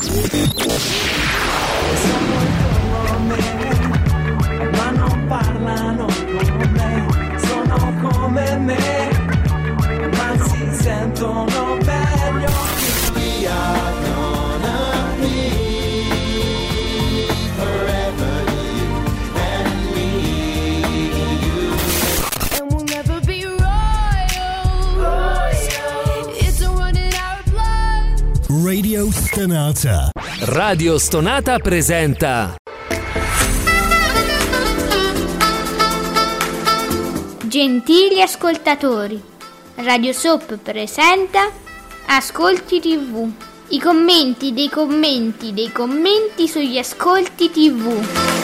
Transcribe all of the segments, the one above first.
Ma non parlano con me, sono come me, ma si sentono meglio di via. Radio Stonata. Radio Stonata presenta Gentili ascoltatori, Radio Soap presenta Ascolti TV. I commenti dei commenti dei commenti sugli ascolti TV.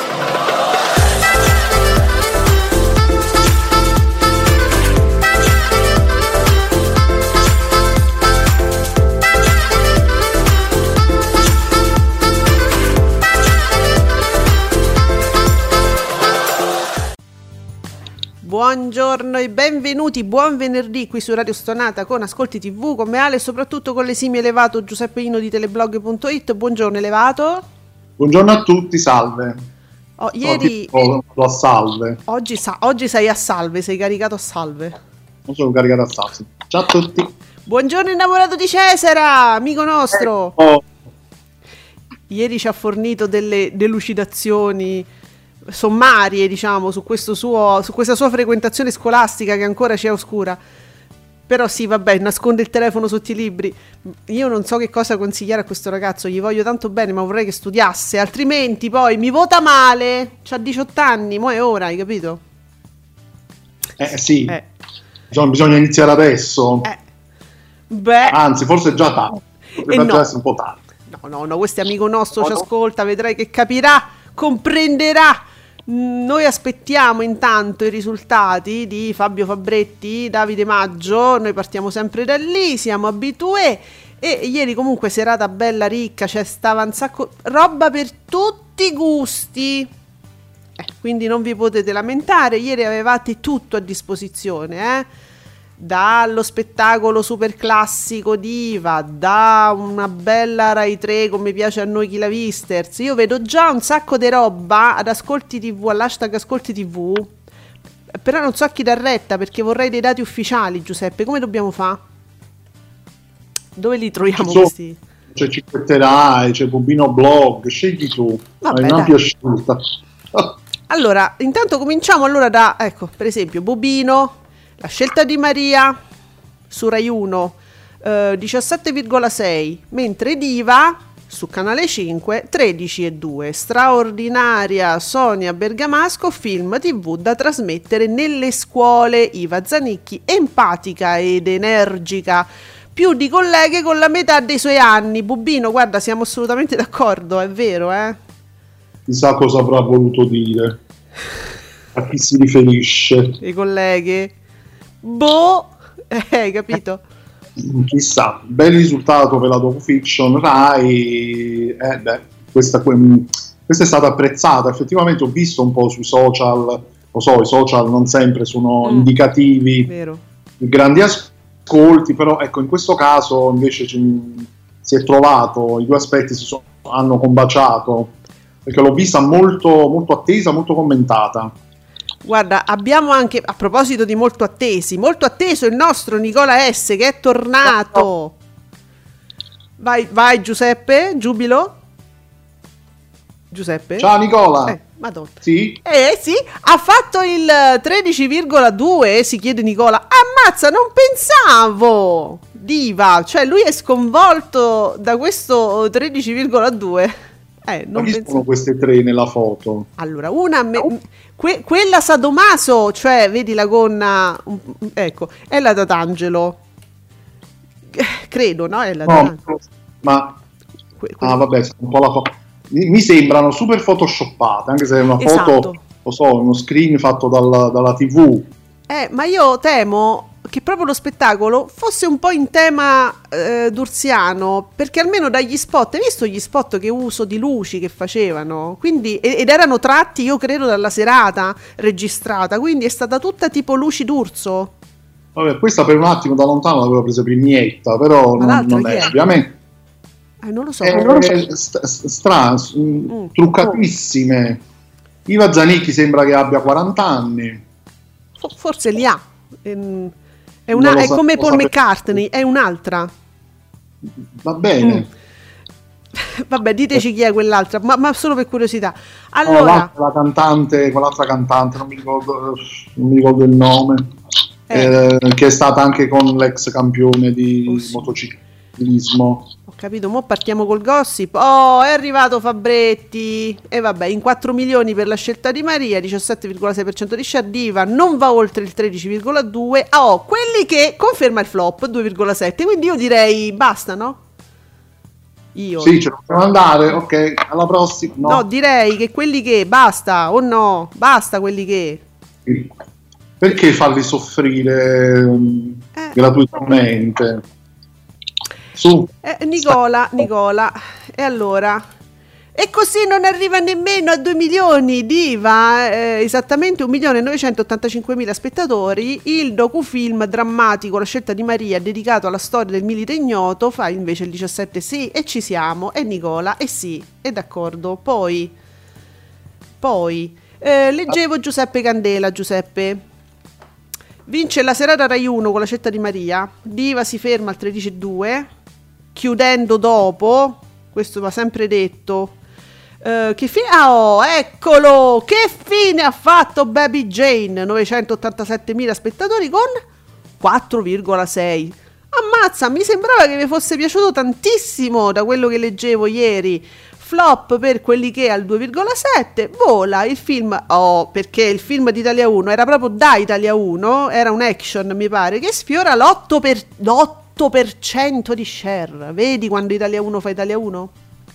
Buongiorno e benvenuti, buon venerdì qui su Radio Stonata con Ascolti TV, con me Ale e soprattutto con l'esimio elevato Giuseppeino di teleblog.it. Buongiorno elevato. Buongiorno a tutti, salve. Ieri a salve. Oggi sei a salve, sei caricato a salve. Non sono caricato a salve. Ciao a tutti. Buongiorno innamorato di Cesara, amico nostro. Ieri ci ha fornito delle delucidazioni sommarie, diciamo, su questa sua frequentazione scolastica che ancora ci è oscura. Però sì, vabbè, nasconde il telefono sotto i libri. Io non so che cosa consigliare a questo ragazzo, gli voglio tanto bene, ma vorrei che studiasse, altrimenti poi mi vota male. C'ha 18 anni, mo' è ora, hai capito? Sì. Bisogna iniziare adesso. Anzi, forse già tardi. Potrebbe già essere un po' tardi. No, questo è amico nostro, ci ascolta, vedrai che capirà, comprenderà. Noi aspettiamo intanto i risultati di Fabio Fabretti, Davide Maggio, noi partiamo sempre da lì, siamo abitué. E ieri comunque serata bella ricca, stava un sacco roba per tutti i gusti, quindi non vi potete lamentare. Ieri avevate tutto a disposizione, dallo spettacolo super classico Diva, da una bella Rai 3 come piace a noi chi la Visters. Io vedo già un sacco di roba ad Ascolti TV, all'hashtag Ascolti TV, però non so a chi dar retta, perché vorrei dei dati ufficiali. Giuseppe, come dobbiamo fare? Dove li troviamo questi? C'è Cicquetterai, c'è Bobino Blog, scegli tu. Vabbè, hai un'ampia scelta. Allora, intanto cominciamo da, per esempio, Bobino, La scelta di Maria su Rai 1, 17,6, mentre Diva su Canale 5 13,2. Straordinaria Sonia Bergamasco, film TV da trasmettere nelle scuole. Iva Zanicchi, empatica ed energica, più di colleghe con la metà dei suoi anni. Bubino, guarda, siamo assolutamente d'accordo, è vero, Chissà cosa avrà voluto dire, a chi si riferisce. Le colleghe, hai capito? Chissà, bel risultato per la docufiction Rai. Questa è stata apprezzata. Effettivamente ho visto un po' sui social, lo so, i social non sempre sono indicativi di grandi ascolti, però ecco, in questo caso invece si è trovato, i due aspetti hanno combaciato, perché l'ho vista molto, molto attesa, molto commentata. Guarda, abbiamo anche, a proposito di molto atteso il nostro Nicola S, che è tornato. Vai Giuseppe, giubilo. Giuseppe? Ciao Nicola. Madonna. Sì? Sì, ha fatto il 13,2, si chiede Nicola. Ammazza, non pensavo. Diva, cioè lui è sconvolto da questo 13,2. Ma chi sono queste tre nella foto? Allora, una quella Sadomaso, cioè vedi la gonna, ecco, è la Tatangelo, credo, no? È la Tatangelo. Ma vabbè, un po' la foto. Mi sembrano super photoshoppate, anche se è una foto, lo so, uno screen fatto dalla TV. Ma io temo che proprio lo spettacolo fosse un po' in tema d'Urziano, perché almeno dagli spot, hai visto gli spot che uso di luci che facevano? Quindi, ed erano tratti, io credo, dalla serata registrata, quindi è stata tutta tipo luci d'Urso. Vabbè, questa per un attimo da lontano l'avevo presa Primietta, però non è, ovviamente. Non lo so. Truccatissime. Iva Zanicchi sembra che abbia 40 anni. Forse li ha. È come Paul McCartney, è un'altra. Va bene. Vabbè, diteci chi è quell'altra, ma solo per curiosità. Allora, quell'altra cantante, non mi ricordo il nome, che è stata anche con l'ex campione di motociclismo. Ho capito, mo partiamo col gossip. Oh, è arrivato Fabretti. E vabbè, in 4 milioni per la scelta di Maria, 17,6% di share, Diva non va oltre il 13,2%. Quelli che conferma il flop, 2,7%. Quindi io direi basta, no? Sì, ce lo possiamo andare, ok, alla prossima. No, direi che quelli che basta, o no, basta quelli che. Perché farli soffrire gratuitamente? Su. Nicola, e allora? E così non arriva nemmeno a 2 milioni, Diva, esattamente 1.985.000 spettatori. Il docufilm drammatico La scelta di Maria, dedicato alla storia del milite ignoto, fa invece il 17. Sì, e ci siamo, e Nicola, e sì, è d'accordo. Poi leggevo Giuseppe Candela. Giuseppe vince la serata Rai 1 con La scelta di Maria, Diva si ferma al 13,2, chiudendo dopo, questo va sempre detto. Eccolo! Che fine ha fatto Baby Jane? 987.000 spettatori con 4,6. Ammazza, mi sembrava che mi fosse piaciuto tantissimo da quello che leggevo ieri. Flop per quelli che al 2,7. Vola il film. Perché il film di Italia 1 era proprio da Italia 1. Era un action, mi pare, che sfiora l'8% di share. Vedi quando Italia 1 fa Italia 1?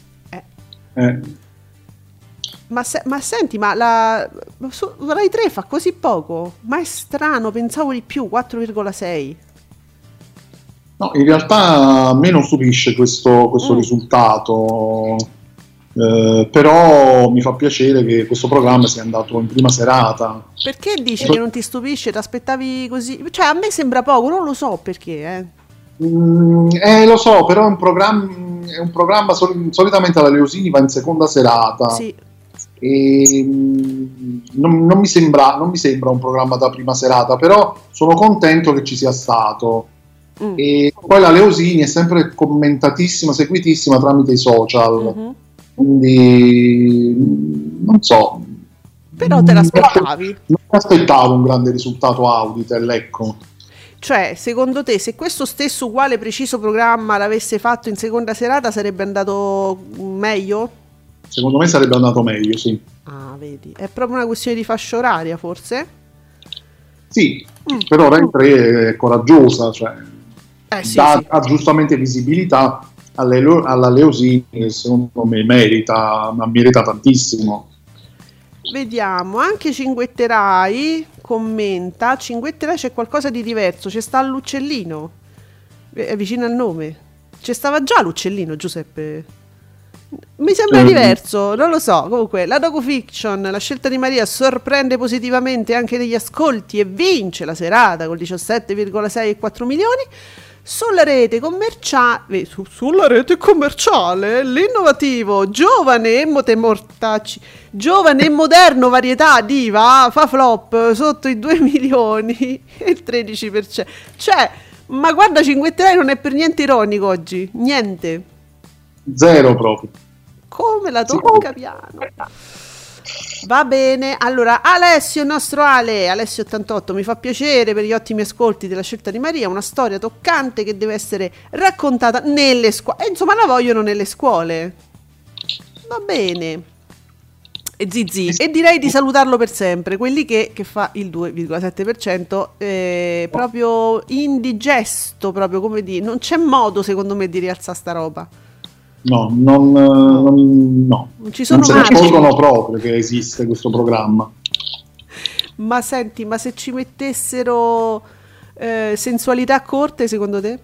Ma senti, Rai 3 fa così poco? Ma è strano, pensavo di più, 4,6. No, in realtà a me non stupisce questo risultato, però mi fa piacere che questo programma sia andato in prima serata. Perché dici che non ti stupisce? Ti aspettavi così? Cioè, a me sembra poco, non lo so perché. Lo so, però è un programma solitamente alla Leosini va in seconda serata. Sì. E non mi sembra un programma da prima serata, però sono contento che ci sia stato. E poi la Leosini è sempre commentatissima, seguitissima tramite i social, quindi non so, però te l'aspettavi? Non mi aspettavo un grande risultato Auditel, ecco. Cioè, secondo te, se questo stesso uguale preciso programma l'avesse fatto in seconda serata sarebbe andato meglio? Secondo me sarebbe andato meglio, sì. Ah, vedi, è proprio una questione di fascia oraria, forse? Sì, però Rai 3 è coraggiosa, cioè dà giustamente visibilità alla Leosini, che secondo me merita tantissimo. Vediamo, anche Cinguetterai commenta. Cinguetterai c'è qualcosa di diverso, c'è sta l'uccellino, è vicino al nome. C'è stava già l'uccellino, Giuseppe? Mi sembra diverso, non lo so. Comunque la docufiction La scelta di Maria sorprende positivamente anche negli ascolti e vince la serata col 17,6 e 4 milioni. Sulla rete commerciale, l'innovativo giovane e moderno varietà Diva fa flop sotto i 2 milioni e il 13%. Cioè, ma guarda, Cinguetterai non è per niente ironico oggi, niente. Zero proprio. Come la tocca piano. Va bene, allora Alessio, il nostro Alessio 88, mi fa piacere per gli ottimi ascolti della scelta di Maria, una storia toccante che deve essere raccontata nelle scuole, insomma la vogliono nelle scuole. Va bene. E Zizi, e direi di salutarlo per sempre, quelli che fa il 2,7%, proprio indigesto, proprio come dire, non c'è modo secondo me di rialzare sta roba. No, non ci sono, non se ne accorgono proprio che esiste questo programma. Ma senti, ma se ci mettessero sensualità corte, secondo te?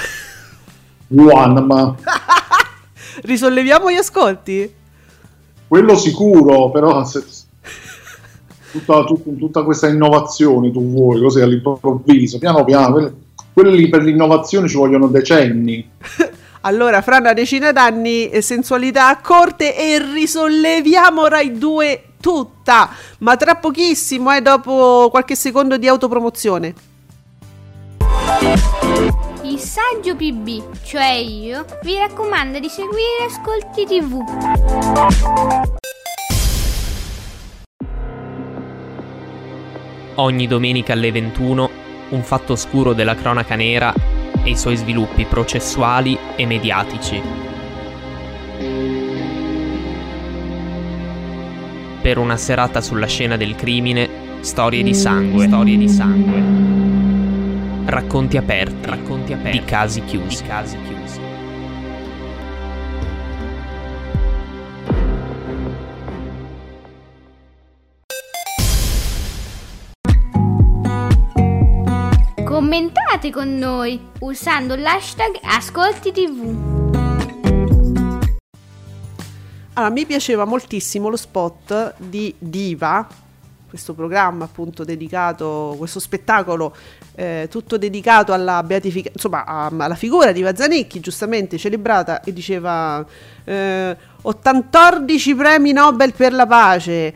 Ma risolleviamo gli ascolti? Quello sicuro, però tutta questa innovazione tu vuoi così all'improvviso, piano piano, quelli per l'innovazione ci vogliono decenni. Allora, fra una decina d'anni, sensualità a corte e risolleviamo Rai 2 tutta, ma tra pochissimo, dopo qualche secondo di autopromozione. Il saggio PB, cioè io, vi raccomanda di seguire Ascolti TV. Ogni domenica alle 21, un fatto oscuro della cronaca nera e i suoi sviluppi processuali e mediatici. Per una serata sulla scena del crimine, storie di sangue. Racconti aperti di casi chiusi. Commentate con noi usando l'hashtag Ascolti TV. Allora, mi piaceva moltissimo lo spot di Diva, questo programma appunto dedicato, questo spettacolo tutto dedicato alla beatificazione, insomma alla figura di Zanicchi, giustamente celebrata, e diceva 14 premi Nobel per la pace,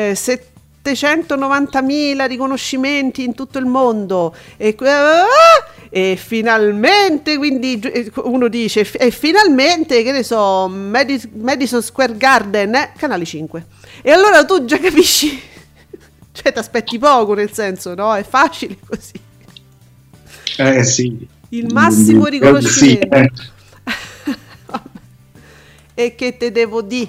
790.000 riconoscimenti in tutto il mondo e finalmente, quindi uno dice e finalmente, che ne so, Madison Square Garden, Canale 5, e allora tu già capisci, cioè ti aspetti poco, nel senso, no, è facile così. Sì, il massimo riconoscimento. E che te devo dire?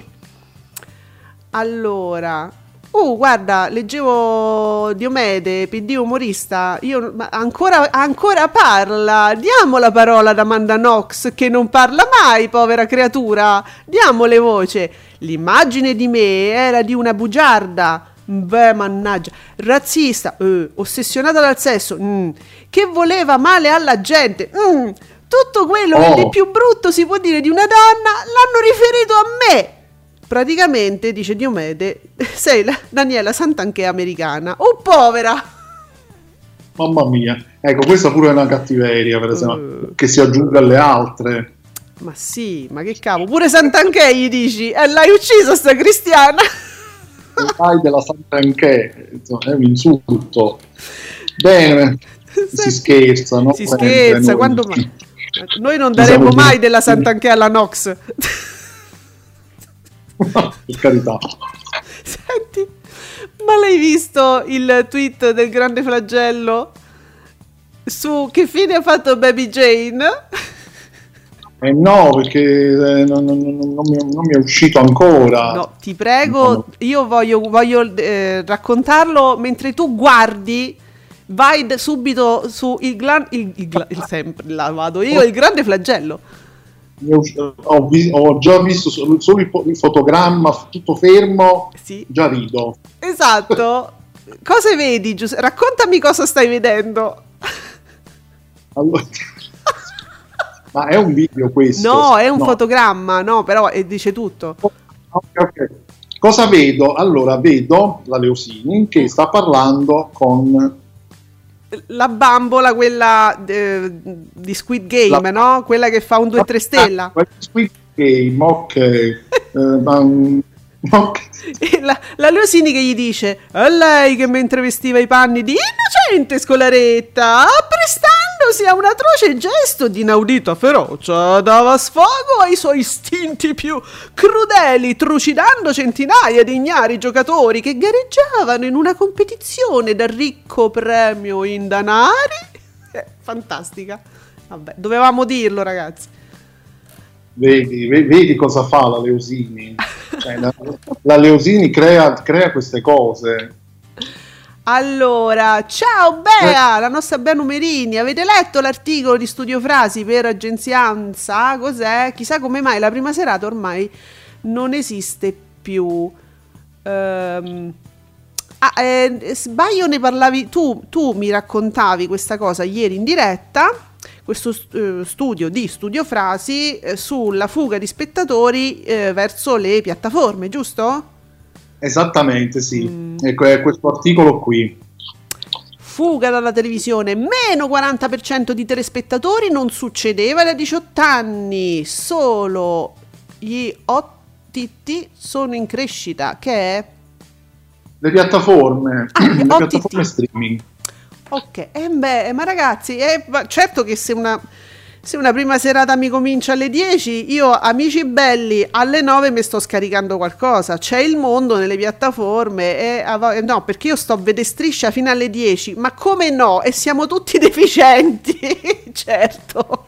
Allora, guarda, leggevo Diomede, PD umorista, ancora parla, diamo la parola ad Amanda Knox, che non parla mai, povera creatura, diamole voce. L'immagine di me era di una bugiarda, beh, mannaggia, razzista, ossessionata dal sesso, che voleva male alla gente, tutto quello che di più brutto si può dire di una donna l'hanno riferito a me. Praticamente, dice Diomede, sei la Daniela Santanchè americana. Oh, povera! Mamma mia. Ecco, questa pure è una cattiveria, per esempio, che si aggiunge alle altre. Ma sì, ma che cavolo. Pure Santanchè gli dici, l'hai uccisa sta cristiana. Dai della Santanchè, è un insulto. Bene, si scherza, no? Si scherza, quando mai? Noi non daremo mai della Santanchè alla Knox. Per carità. Senti, ma l'hai visto il tweet del grande flagello su che fine ha fatto Baby Jane? No, perché non mi è uscito ancora. No, ti prego, io voglio raccontarlo mentre tu guardi. Vai subito su il grande flagello. Ho già visto solo il fotogramma tutto fermo, sì. Già rido. Esatto. Cosa vedi, Giuseppe? Raccontami cosa stai vedendo. Allora, ma è un video questo? No, è un fotogramma, no, però dice tutto. Ok. Cosa vedo? Allora, vedo la Leosini che sta parlando con la bambola, quella di Squid Game, no? Quella che fa un 2-3 stella. Squid Game, ok. E la Leosini che gli dice: a lei che mentre vestiva i panni di innocente scolaretta, apprestandosi a un atroce gesto di inaudita ferocia, dava sfogo ai suoi istinti più crudeli, trucidando centinaia di ignari giocatori che gareggiavano in una competizione dal ricco premio in danari. Fantastica. Vabbè, dovevamo dirlo, ragazzi. Vedi cosa fa la Leosini. Cioè, la Leosini crea queste cose. Allora, ciao Bea, la nostra Bea Numerini. Avete letto l'articolo di Studio Frasi per Agenzia ANSA? Cos'è? Chissà come mai la prima serata ormai non esiste più. Sbaglio, ne parlavi tu mi raccontavi questa cosa ieri in diretta. Questo studio di Studio Frasi sulla fuga di spettatori verso le piattaforme, giusto? Esattamente, sì. Ecco, è questo articolo qui. fuga dalla televisione, meno 40% di telespettatori, non succedeva da 18 anni, solo gli OTT sono in crescita, che è? Le piattaforme, le OTT. piattaforme streaming. Ok, ma ragazzi, certo che se una prima serata mi comincia alle 10, io, amici belli, alle 9 mi sto scaricando qualcosa. C'è il mondo nelle piattaforme no, perché io sto a vedere Striscia fino alle 10, ma come no? E siamo tutti deficienti, certo.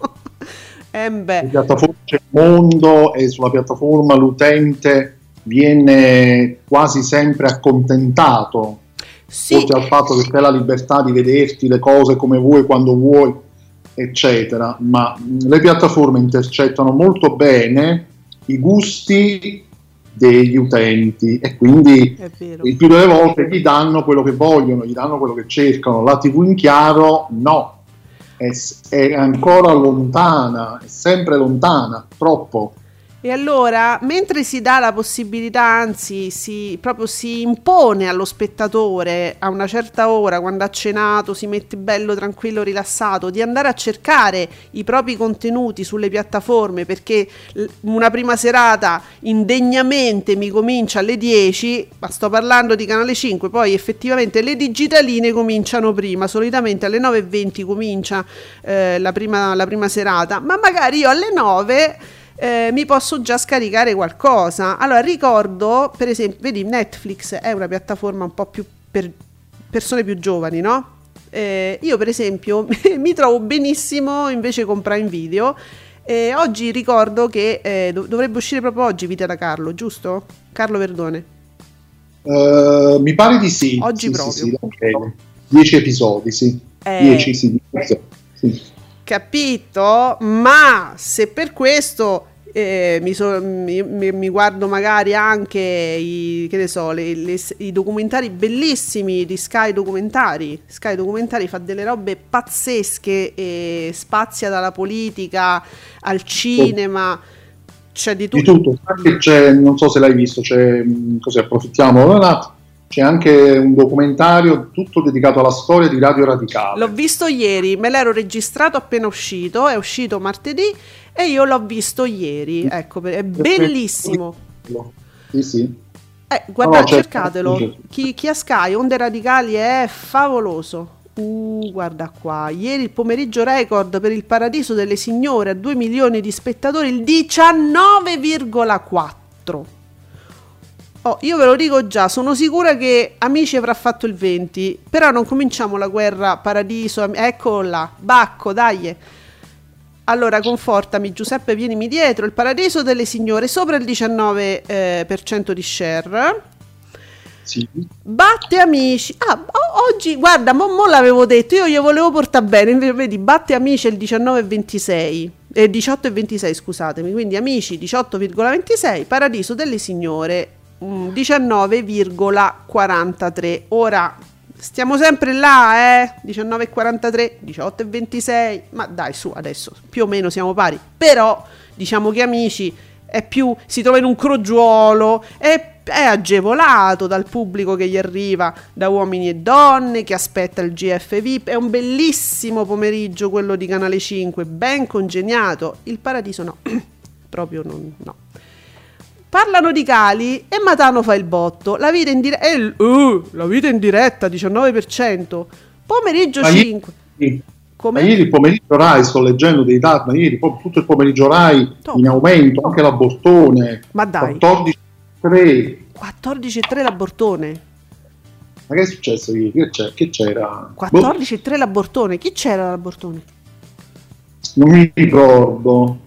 Le piattaforme, c'è il mondo e sulla piattaforma l'utente viene quasi sempre accontentato. Sì. Oltre al fatto che c'è la libertà di vederti le cose come vuoi, quando vuoi, eccetera, ma le piattaforme intercettano molto bene i gusti degli utenti e quindi il più delle volte gli danno quello che vogliono, gli danno quello che cercano. La TV in chiaro no, è ancora lontana, è sempre lontana, troppo. E allora, mentre si dà la possibilità, anzi proprio si impone allo spettatore a una certa ora, quando ha cenato, si mette bello, tranquillo, rilassato, di andare a cercare i propri contenuti sulle piattaforme, perché una prima serata indegnamente mi comincia alle 10, ma sto parlando di Canale 5, poi effettivamente le digitaline cominciano prima, solitamente alle 9:20 comincia la prima serata, ma magari io alle 9... mi posso già scaricare qualcosa. Allora ricordo, per esempio, vedi, Netflix è una piattaforma un po' più per persone più giovani, no? Io per esempio mi trovo benissimo invece con Prime Video. Oggi ricordo che dovrebbe uscire proprio oggi Vita da Carlo, giusto? Carlo Verdone. Mi pare di sì. Oggi sì, proprio. Sì, okay. 10 episodi, sì. 10, sì. Capito? Ma se per questo mi guardo magari anche i documentari bellissimi di Sky Documentari. Sky Documentari fa delle robe pazzesche e spazia dalla politica al cinema, c'è di tutto. Di tutto. C'è, non so se l'hai visto, così approfittiamo. C'è anche un documentario tutto dedicato alla storia di Radio Radicale. L'ho visto ieri, me l'ero registrato appena uscito, è uscito martedì e io l'ho visto ieri, ecco, è bellissimo. Sì. Guardate, cercatelo, chi ha Sky, Onde Radicali, è favoloso. Guarda qua, ieri il pomeriggio record per Il Paradiso delle Signore, a 2 milioni di spettatori, il 19,4. Io ve lo dico già, sono sicura che Amici avrà fatto il 20, però non cominciamo la guerra Paradiso, eccolo là, Bacco, dai. Allora, confortami Giuseppe, vienimi dietro, Il Paradiso delle Signore, sopra il 19% di share. Sì. Batte Amici, oggi, guarda, mo l'avevo detto, io gli volevo portare bene, invece vedi, batte Amici il 18,26, scusatemi, quindi Amici 18,26, Paradiso delle Signore 19,43. Ora stiamo sempre là, 19,43, 18,26, ma dai, su, adesso più o meno siamo pari, però diciamo che Amici è più, si trova in un crogiuolo, è agevolato dal pubblico che gli arriva da uomini e donne, che aspetta il GF VIP. È un bellissimo pomeriggio quello di Canale 5, ben congegnato. Il Paradiso no, proprio no. Parlano di Cali e Matano fa il botto. La vita in diretta, la vita in diretta 19%. Pomeriggio 5. Ma ieri il pomeriggio Rai, sto leggendo dei dati, ma ieri tutto il pomeriggio Rai in aumento, anche la Bortone. Ma dai. 14,3 la Bortone. Ma che è successo ieri? Che c'era? 14,3 la Bortone. Chi c'era la Bortone? Non mi ricordo.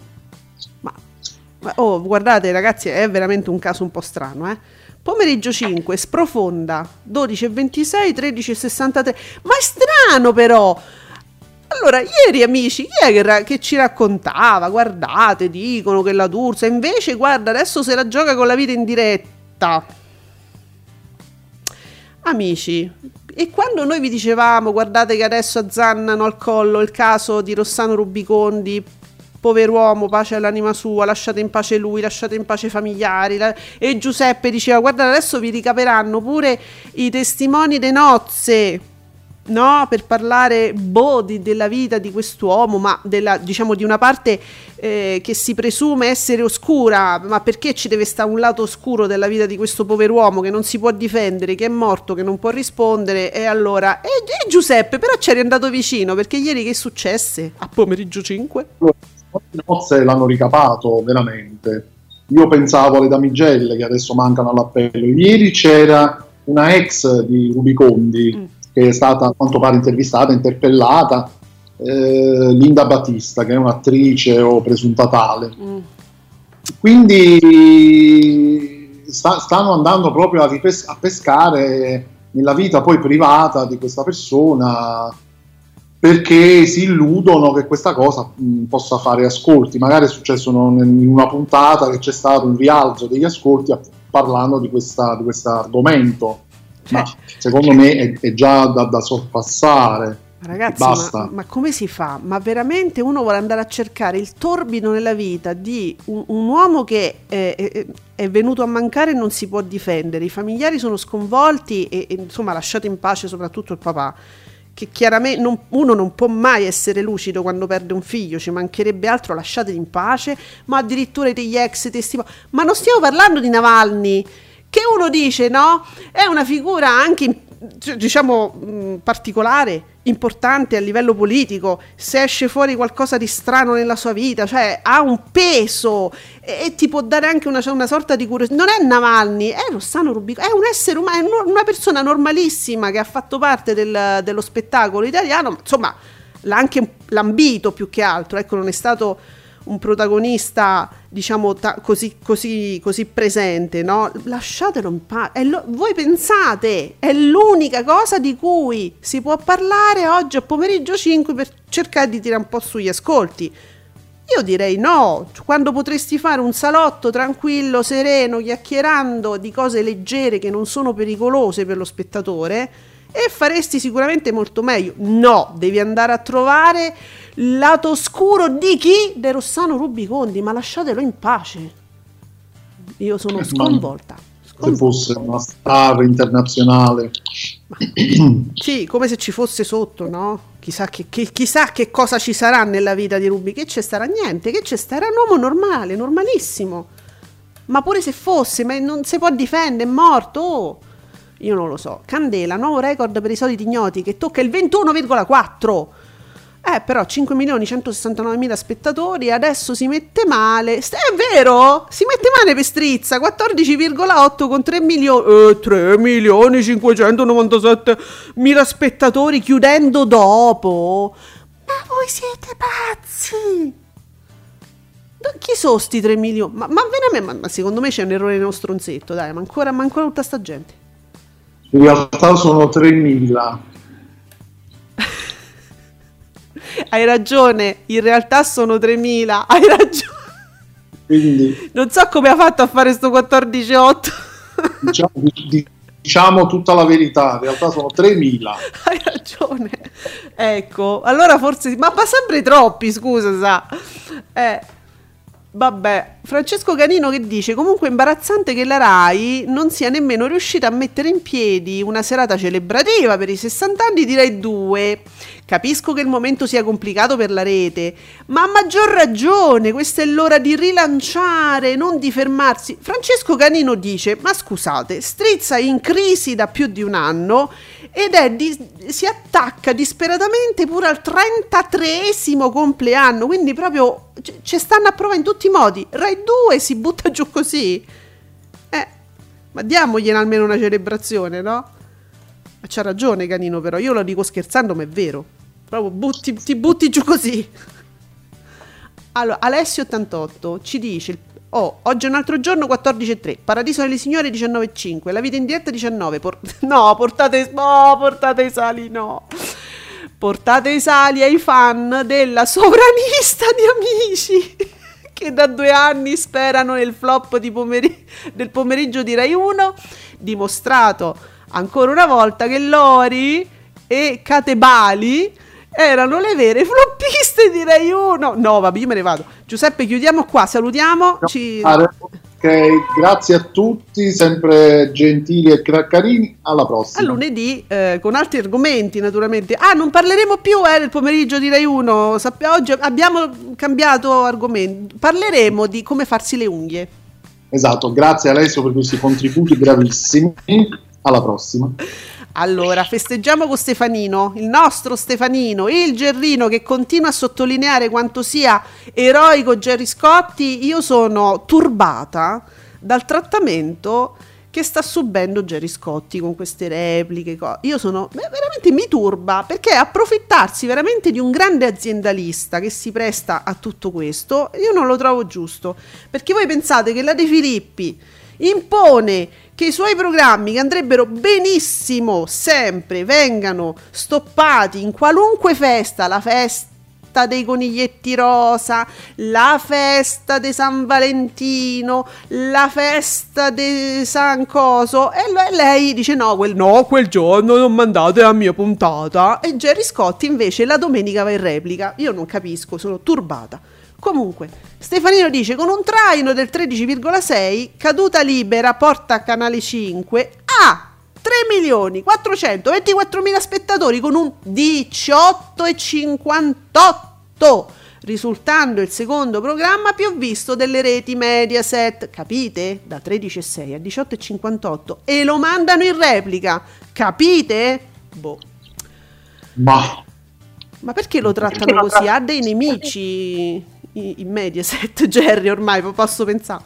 Guardate ragazzi, è veramente un caso un po' strano, Pomeriggio 5, Sprofonda 12,26, 13,63. Ma è strano però. Allora, ieri Amici, chi è che ci raccontava? Guardate, dicono che la D'Urso, invece guarda, adesso se la gioca con la vita in diretta. Amici, e quando noi vi dicevamo, guardate che adesso azzannano al collo il caso di Rossano Rubicondi, pover'uomo, pace all'anima sua, lasciate in pace lui, lasciate in pace i familiari, e Giuseppe diceva, guardate, adesso vi ricaveranno pure i testimoni de nozze. no, per parlare della vita di quest'uomo, ma diciamo di una parte che si presume essere oscura, ma perché ci deve stare un lato oscuro della vita di questo pover'uomo che non si può difendere, che è morto, che non può rispondere? E allora Giuseppe, però ci eri andato vicino, perché ieri che successe? A pomeriggio 5? Le nozze l'hanno ricapato veramente. Io pensavo alle damigelle che adesso mancano all'appello. Ieri c'era una ex di Rubicondi che è stata a quanto pare intervistata, interpellata, Linda Battista, che è un'attrice o presunta tale. Quindi stanno andando proprio a pescare nella vita poi privata di questa persona, perché si illudono che questa cosa possa fare ascolti. Magari è successo in una puntata che c'è stato un rialzo degli ascolti parlando di questo argomento, ma secondo me è già da sorpassare. Ragazzi, basta. Ma come si fa? Ma veramente uno vuole andare a cercare il torbino nella vita di un uomo che è venuto a mancare e non si può difendere, i familiari sono sconvolti e insomma lasciate in pace soprattutto il papà, che chiaramente uno non può mai essere lucido quando perde un figlio, ci mancherebbe altro, lasciateli in pace, ma addirittura degli ex testimoni. Ma non stiamo parlando di Navalny, che uno dice, no? È una figura anche, diciamo, particolare, importante a livello politico, se esce fuori qualcosa di strano nella sua vita, cioè ha un peso e ti può dare anche una sorta di curiosità. Non è Navalny, è Rossano Rubicondi, è un essere umano, è una persona normalissima che ha fatto parte dello spettacolo italiano, insomma l'ha anche lambito più che altro, ecco, non è stato un protagonista, diciamo, così presente, no? Lasciatelo in pace. Voi pensate, è l'unica cosa di cui si può parlare oggi a pomeriggio 5 per cercare di tirare un po' sugli ascolti? Io direi no, quando potresti fare un salotto tranquillo, sereno, chiacchierando di cose leggere che non sono pericolose per lo spettatore, e faresti sicuramente molto meglio. No, devi andare a trovare il lato oscuro di chi? De Rossano Rubicondi, ma lasciatelo in pace. Io sono sconvolta. Se fosse una star internazionale. Sì, come se ci fosse sotto, no? Chissà che cosa ci sarà nella vita di Rubi. Che c'è starà? Niente, che c'è starà? Un uomo normale, normalissimo. Ma pure se fosse, ma non si può difendere, è morto. Oh. Io non lo so. Candela, nuovo record per i soliti ignoti che tocca il 21,4. Però 5.169.000 spettatori, adesso si mette male. È vero? Si mette male per Strizza, 14,8 con 3.597.000 spettatori chiudendo dopo. Ma voi siete pazzi? Chi sono sti 3 milioni? Ma veramente, ma secondo me c'è un errore nello stronzetto, dai, ma ancora tutta sta gente. In realtà sono 3.000. Hai ragione, in realtà sono 3.000, hai ragione. Quindi, non so come ha fatto a fare sto 14,8. Diciamo tutta la verità, in realtà sono 3.000. Hai ragione. Ecco, allora forse, ma sempre troppi, scusa, sa. Vabbè, Francesco Canino che dice: comunque imbarazzante che la Rai non sia nemmeno riuscita a mettere in piedi una serata celebrativa per i 60 anni di Rai 2. Capisco che il momento sia complicato per la rete, ma a maggior ragione questa è l'ora di rilanciare, non di fermarsi. Francesco Canino dice: ma scusate, Strizza è in crisi da più di un anno ed si attacca disperatamente pure al 33esimo compleanno, quindi proprio ci stanno a prova in tutti i modi. Rai 2 si butta giù così, ma diamogliene almeno una celebrazione, no? Ma c'ha ragione Canino, però io lo dico scherzando, ma è vero, proprio ti butti giù così. Allora Alessio 88 ci dice: oggi è un altro giorno, 14,3, Paradiso delle Signore 19,5, La vita in diretta 19, portate i sali, no, portate i sali ai fan della sovranista di Amici che da 2 anni sperano nel flop del pomeriggio di Rai 1, dimostrato ancora una volta che Lori e Catebali erano le vere floppiste di Rai 1. No, vabbè, io me ne vado. Giuseppe, chiudiamo qua, salutiamo. Ok, grazie a tutti, sempre gentili e carini, alla prossima. A lunedì con altri argomenti naturalmente. Non parleremo più del pomeriggio di Rai 1, oggi abbiamo cambiato argomento, parleremo di come farsi le unghie. Esatto, grazie Alessio per questi contributi gravissimi, alla prossima. Allora, festeggiamo con Stefanino, il nostro Stefanino, il Gerrino che continua a sottolineare quanto sia eroico Gerry Scotti. Io sono turbata dal trattamento che sta subendo Gerry Scotti con queste repliche. Veramente mi turba, perché approfittarsi veramente di un grande aziendalista che si presta a tutto questo, io non lo trovo giusto, perché voi pensate che la De Filippi impone che i suoi programmi, che andrebbero benissimo sempre, vengano stoppati in qualunque festa, la festa dei coniglietti rosa, la festa di San Valentino, la festa di San Coso, e lei dice quel giorno non mandate la mia puntata, e Gerry Scotti invece la domenica va in replica. Io non capisco, sono turbata. Comunque, Stefanino dice: con un traino del 13,6, caduta libera porta a Canale 5 a 3.424.000 spettatori con un 18,58, risultando il secondo programma più visto delle reti Mediaset, capite? Da 13,6 a 18,58, e lo mandano in replica, capite? Ma perché lo trattano così? Ha dei nemici in Mediaset, Gerry, ormai posso pensare.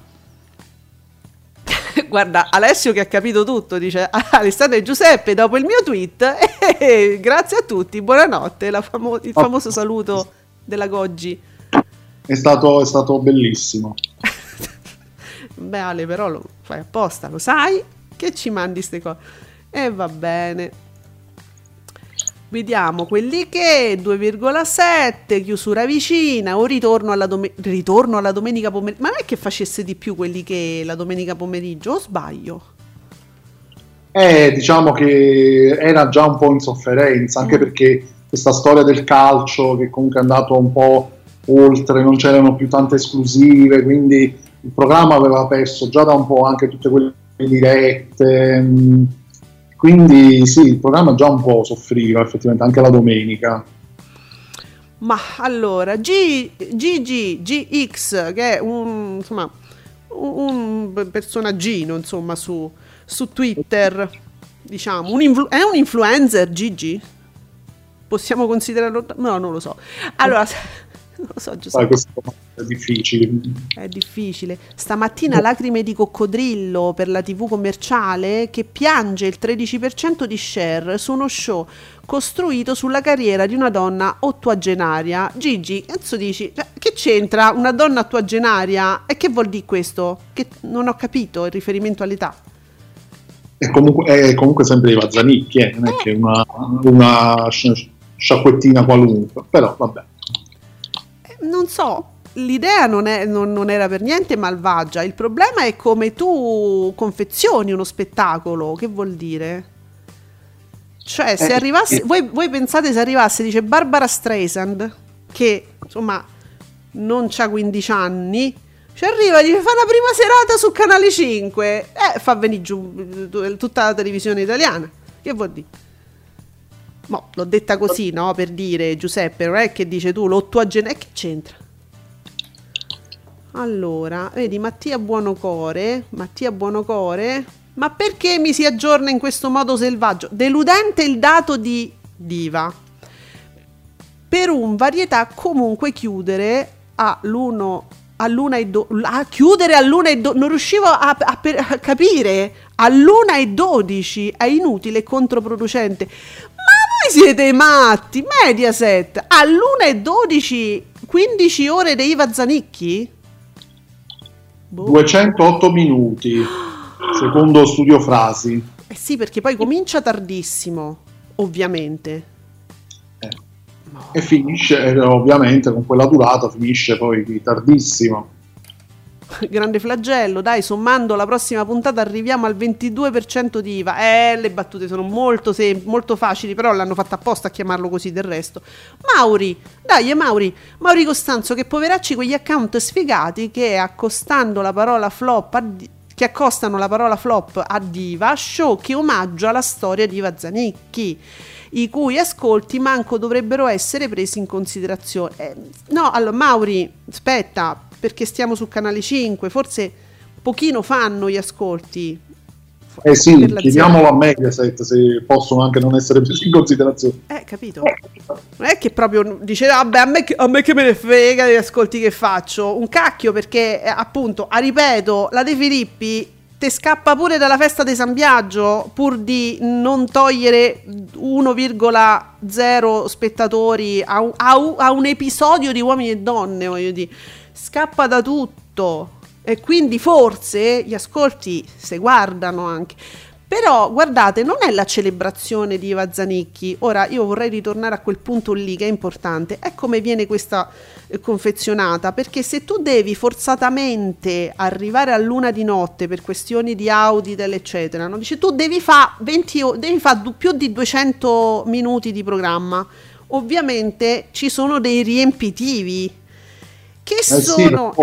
Guarda, Alessio che ha capito tutto, dice: Alessandro e Giuseppe, dopo il mio tweet, grazie a tutti, buonanotte, il famoso saluto della Goggi. È stato bellissimo. Beh, Ale, però lo fai apposta, lo sai che ci mandi ste cose. E va bene. Vediamo quelli che 2,7, chiusura vicina, o ritorno alla domenica pomeriggio. Ma non è che facesse di più quelli che la domenica pomeriggio, o sbaglio? Diciamo che era già un po' in sofferenza, anche perché questa storia del calcio che comunque è andato un po' oltre, non c'erano più tante esclusive, quindi il programma aveva perso già da un po' anche tutte quelle dirette. Quindi sì, il programma già un po' soffriva effettivamente, anche la domenica. Ma allora, GX, che è un personaggino, insomma, su Twitter, diciamo, è un influencer, Gigi? Possiamo considerarlo? No, non lo so. Allora, non lo so, Giuseppe. Questo è difficile. È difficile. Stamattina lacrime di coccodrillo per la TV commerciale che piange il 13% di share su uno show costruito sulla carriera di una donna ottuagenaria. Gigi, cazzo dici? Che c'entra una donna ottuagenaria? E che vuol dire questo? Che non ho capito il riferimento all'età. È comunque sempre Eva Zanicchi, non è che una sciacquettina qualunque, però vabbè. Non so, l'idea non era per niente malvagia, il problema è come tu confezioni uno spettacolo, che vuol dire? Cioè, se arrivasse, voi pensate se arrivasse, dice Barbara Streisand, che insomma non c'ha 15 anni, ci arriva e dice fa la prima serata su Canale 5, fa venire giù tutta la televisione italiana, che vuol dire? Mo, l'ho detta così, no? Per dire, Giuseppe, non è che dice tu l'ottuagenaria, che c'entra? Allora, vedi, Mattia Buonocore, ma perché mi si aggiorna in questo modo selvaggio? Deludente il dato di Diva. Per un varietà comunque chiudere chiudere all'1:12, non riuscivo a capire, all'1:12 è inutile e controproducente. Siete matti, Mediaset all'1:12, 15 ore di Iva Zanicchi? 208 minuti secondo Studio Frasi. Sì, perché poi comincia tardissimo, ovviamente, e finisce ovviamente con quella durata, finisce poi tardissimo. grande flagello, dai, sommando la prossima puntata arriviamo al 22% di IVA. Le battute sono molto facili, però l'hanno fatta apposta a chiamarlo così del resto. Mauri Costanzo, che poveracci quegli account sfigati che accostano la parola flop a diva, sciocchi omaggio alla storia di Iva Zanicchi, i cui ascolti manco dovrebbero essere presi in considerazione. No, allora Mauri, aspetta, perché stiamo su Canale 5, forse pochino fanno gli ascolti. Sì, chiediamolo a Mediaset se possono anche non essere presi in considerazione. Capito? Non è che proprio dice vabbè, a me che me ne frega degli ascolti che faccio, un cacchio, perché appunto, ripeto, la De Filippi te scappa pure dalla festa di San Biagio pur di non togliere 1,0 spettatori a un episodio di Uomini e Donne, voglio dire, scappa da tutto. E quindi forse gli ascolti se guardano anche. Però guardate, non è la celebrazione di Iva Zanicchi. Ora io vorrei ritornare a quel punto lì che è importante. È come viene questa confezionata, perché se tu devi forzatamente arrivare a luna di notte per questioni di Auditel eccetera, no? Dice tu devi fare più di 200 minuti di programma. Ovviamente ci sono dei riempitivi che sono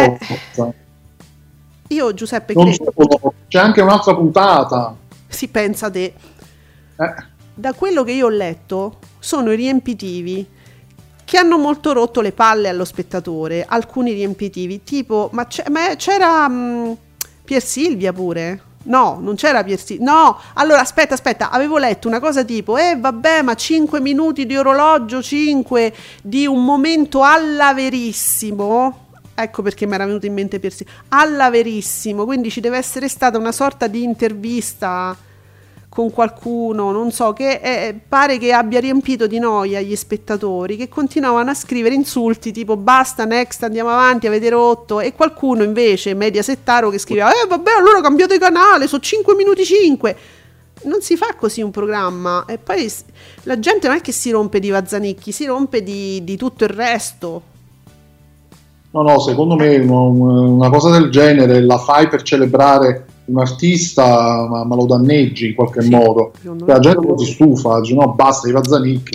io Giuseppe credo c'è anche un'altra puntata. Si pensa te. Da quello che io ho letto sono i riempitivi che hanno molto rotto le palle allo spettatore. Alcuni riempitivi tipo ma c'era Pier Silvia pure? No, non c'era Pier Silvia. No, allora aspetta, avevo letto una cosa tipo vabbè, ma 5 minuti di orologio, 5 di un momento alla verissimo. Ecco perché mi era venuto in mente Pier Silvia. Alla verissimo, quindi ci deve essere stata una sorta di intervista con qualcuno, non so, che pare che abbia riempito di noia gli spettatori, che continuavano a scrivere insulti tipo basta, next, andiamo avanti, avete rotto, e qualcuno invece, mediasettaro, che scriveva vabbè, allora cambiate canale, sono 5 minuti 5. Non si fa così un programma. E poi la gente non è che si rompe di Iva Zanicchi, si rompe di tutto il resto. No, secondo me una cosa del genere la fai per celebrare un artista, ma lo danneggi in qualche modo. La gente si stufa, dice no, basta Iva Zanicchi,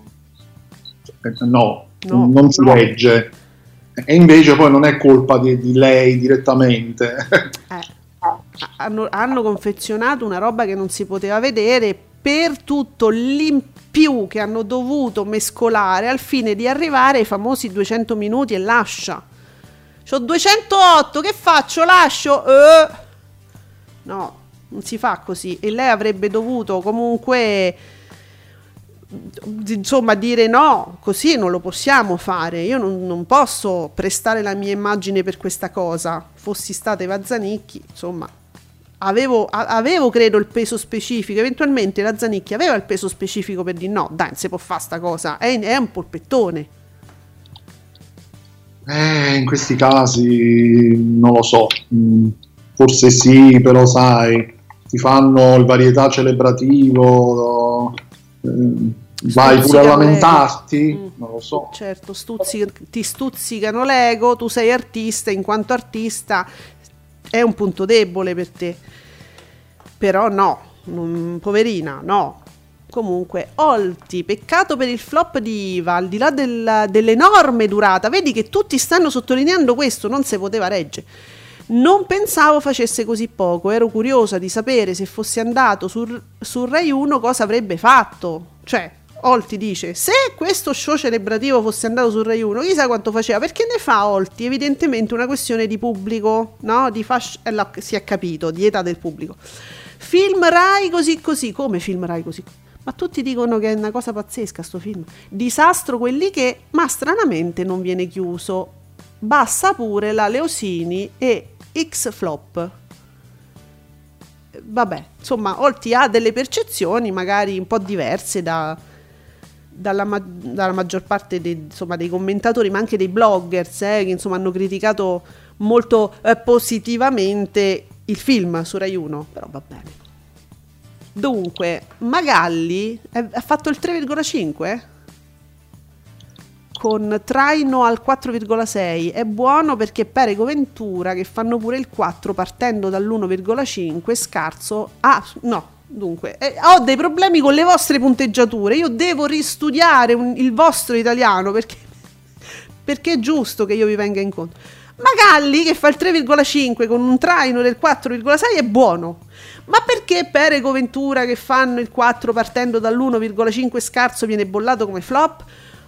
non si legge. E invece poi non è colpa di lei direttamente. Hanno confezionato una roba che non si poteva vedere per tutto l'impiù che hanno dovuto mescolare al fine di arrivare ai famosi 200 minuti e lascia. C'ho 208, che faccio? Lascio? No, non si fa così. E lei avrebbe dovuto comunque, insomma, dire no, così non lo possiamo fare. Io non posso prestare la mia immagine per questa cosa. Fossi stata Iva Zanicchi, insomma, avevo credo il peso specifico. Eventualmente la Zanicchi aveva il peso specifico per dire no, dai, non si può fare sta cosa, è un polpettone. In questi casi non lo so, forse sì, però sai, ti fanno il varietà celebrativo, vai pure a lamentarti, non lo so. Certo, ti stuzzicano l'ego, tu sei artista, in quanto artista è un punto debole per te. Però no, poverina, no. Comunque, Olti, peccato per il flop di Iva, al di là dell'enorme durata. Vedi che tutti stanno sottolineando questo, non si poteva reggere. Non pensavo facesse così poco, ero curiosa di sapere se fosse andato su Rai 1 cosa avrebbe fatto. Cioè, Olti dice, se questo show celebrativo fosse andato su Rai 1, chissà quanto faceva, perché ne fa Olti? Evidentemente una questione di pubblico, no? Si è capito, di età del pubblico. Film Rai così, come film Rai così? Ma tutti dicono che è una cosa pazzesca sto film. Disastro quelli che, ma stranamente non viene chiuso. Bassa pure la Leosini e X flop. Vabbè, insomma, Olti ha delle percezioni magari un po' diverse dalla maggior parte dei commentatori, ma anche dei bloggers che insomma hanno criticato molto positivamente il film su Rai 1, però va bene. Dunque, Magalli ha fatto il 3,5? con traino al 4,6. È buono perché Perego Ventura, che fanno pure il 4 partendo dall'1,5, scarso. Ah, no. Dunque, ho dei problemi con le vostre punteggiature. Io devo ristudiare il vostro italiano perché è giusto che io vi venga incontro. Magalli, che fa il 3,5 con un traino del 4,6, è buono. Ma perché Perego Ventura, che fanno il 4 partendo dall'1,5 scarso, viene bollato come flop?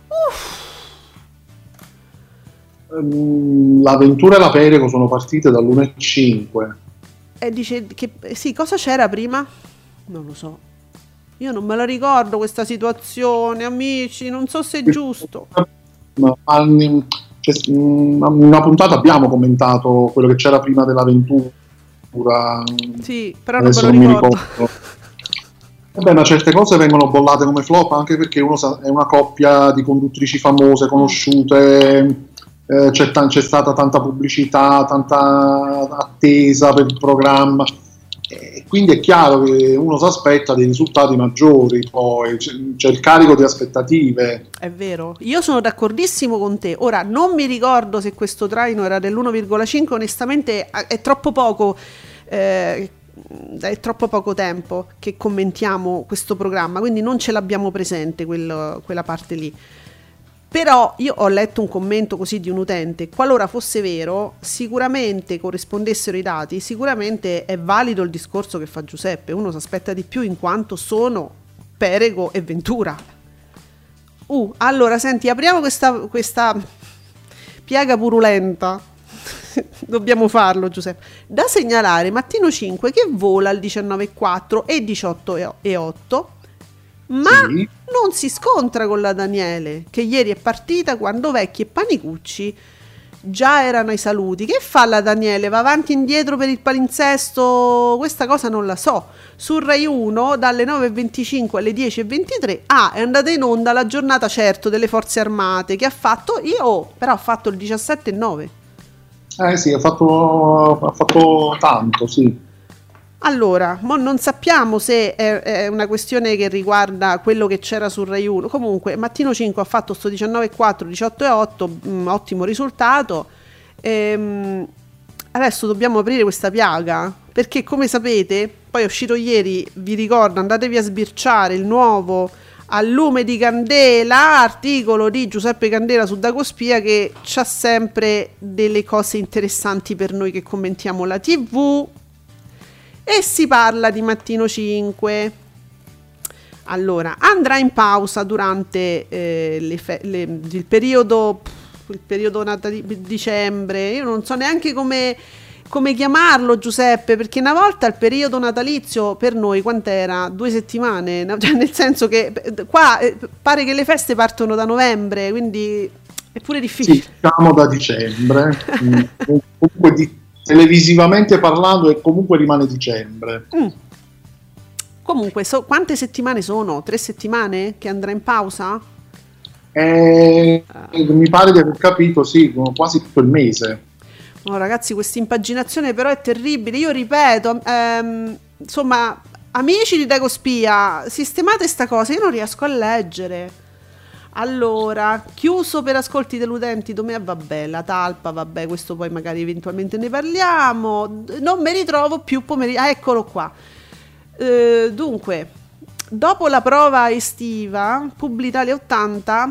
La Ventura e la Perego sono partite dall'1,5. E dice che sì, cosa c'era prima? Non lo so. Io non me la ricordo questa situazione, amici, non so se è giusto. Una puntata abbiamo commentato quello che c'era prima della Ventura. Sì, però non me lo ricordo. Vabbè, ma certe cose vengono bollate come flop anche perché è una coppia di conduttrici famose, conosciute, c'è stata tanta pubblicità, tanta attesa per il programma. Quindi è chiaro che uno si aspetta dei risultati maggiori, poi c'è il carico di aspettative. È vero, io sono d'accordissimo con te. Ora non mi ricordo se questo traino era dell'1,5, onestamente è troppo poco, è troppo poco tempo che commentiamo questo programma, quindi non ce l'abbiamo presente quella parte lì. Però io ho letto un commento così di un utente, qualora fosse vero, sicuramente corrispondessero i dati, sicuramente è valido il discorso che fa Giuseppe, uno si aspetta di più in quanto sono Perego e Ventura. Allora senti, apriamo questa piaga purulenta, dobbiamo farlo Giuseppe, da segnalare Mattino 5 che vola al 19,4 e 18,8, ma sì, non si scontra con la Daniele, che ieri è partita quando Vecchi e Panicucci già erano ai saluti. Che fa la Daniele? Va avanti e indietro per il palinsesto? Questa cosa non la so. Su Rai 1 dalle 9.25 alle 10.23 è andata in onda la giornata certo delle forze armate, che ha fatto però ha fatto il 17,9. Sì, ha fatto tanto, sì. Allora, non sappiamo se è una questione che riguarda quello che c'era su Rai 1. Comunque, Mattino 5 ha fatto sto 19,4, 18,8, ottimo risultato. Adesso dobbiamo aprire questa piaga, perché come sapete, poi è uscito ieri, vi ricordo, andatevi a sbirciare il nuovo A lume di candela, articolo di Giuseppe Candela su Dagospia, che c'ha sempre delle cose interessanti per noi che commentiamo la TV. E si parla di Mattino 5. Allora, andrà in pausa durante il periodo dicembre. Io non so neanche come chiamarlo, Giuseppe, perché una volta il periodo natalizio per noi quant'era? 2 settimane, cioè, nel senso che qua pare che le feste partono da novembre, quindi è pure difficile. Sì, diciamo da dicembre. Comunque televisivamente parlando, e comunque rimane dicembre. Comunque, quante settimane sono? 3 settimane che andrà in pausa? Mi pare di aver capito, sì, quasi tutto il mese. Oh, ragazzi, questa impaginazione però è terribile. Io ripeto, insomma, amici di Dagospia, sistemate sta cosa, io non riesco a leggere. Allora, chiuso per ascolti deludenti, vabbè, la talpa, vabbè, questo poi magari eventualmente ne parliamo. Non mi ritrovo più pomeriggio. Eccolo qua. Dunque, dopo la prova estiva, Publitalia 80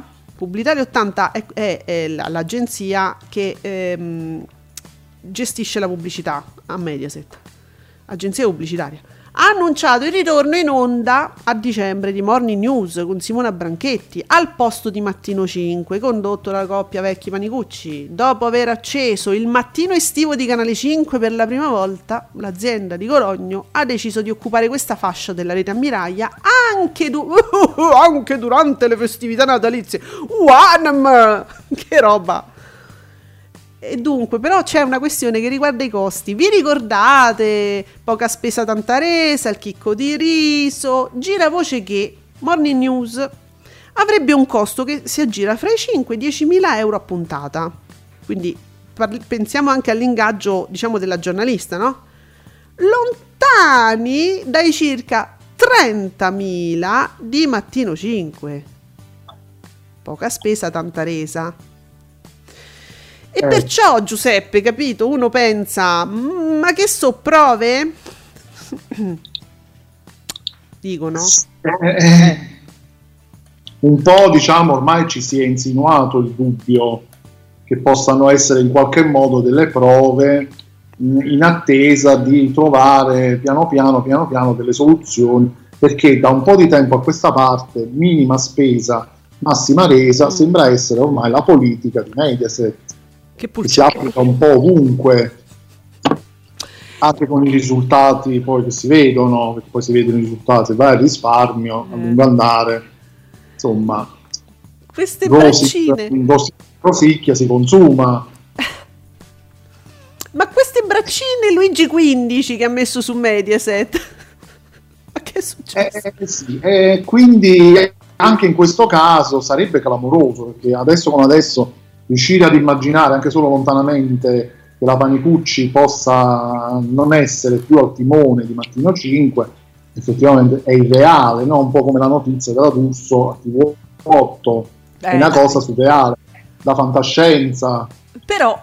è l'agenzia che gestisce la pubblicità a Mediaset, agenzia pubblicitaria, ha annunciato il ritorno in onda a dicembre di Morning News con Simona Branchetti al posto di Mattino 5, condotto dalla coppia Vecchi Panicucci. Dopo aver acceso il mattino estivo di Canale 5 per la prima volta, l'azienda di Cologno ha deciso di occupare questa fascia della rete ammiraglia anche durante le festività natalizie. Che roba! E dunque, però c'è una questione che riguarda i costi. Vi ricordate? Poca spesa, tanta resa, il chicco di riso. Gira voce che Morning News avrebbe un costo che si aggira fra i 5 e i 10.000 euro a puntata. Quindi pensiamo anche all'ingaggio, diciamo, della giornalista, no? Lontani dai circa 30.000 di Mattino 5. poca spesa, tanta resa. E perciò, Giuseppe, capito? Uno pensa, ma che so, prove? Dicono. Un po', diciamo, ormai ci si è insinuato il dubbio che possano essere in qualche modo delle prove in attesa di trovare piano piano delle soluzioni, perché da un po' di tempo a questa parte minima spesa, massima resa sembra essere ormai la politica di Mediaset, che si applica un po' ovunque, anche con i risultati poi che si vedono, perché poi si vedono i risultati, vai al risparmio, a lungo andare, insomma, queste braccine, rosicchia si consuma. Ma queste braccine Luigi XV che ha messo su Mediaset, ma che è successo? Sì, quindi anche in questo caso sarebbe clamoroso, perché adesso come adesso riuscire ad immaginare anche solo lontanamente che la Panicucci possa non essere più al timone di Mattino 5 effettivamente è irreale, no? Un po' come la notizia della D'Urso a TV8, è una cosa surreale, da fantascienza, però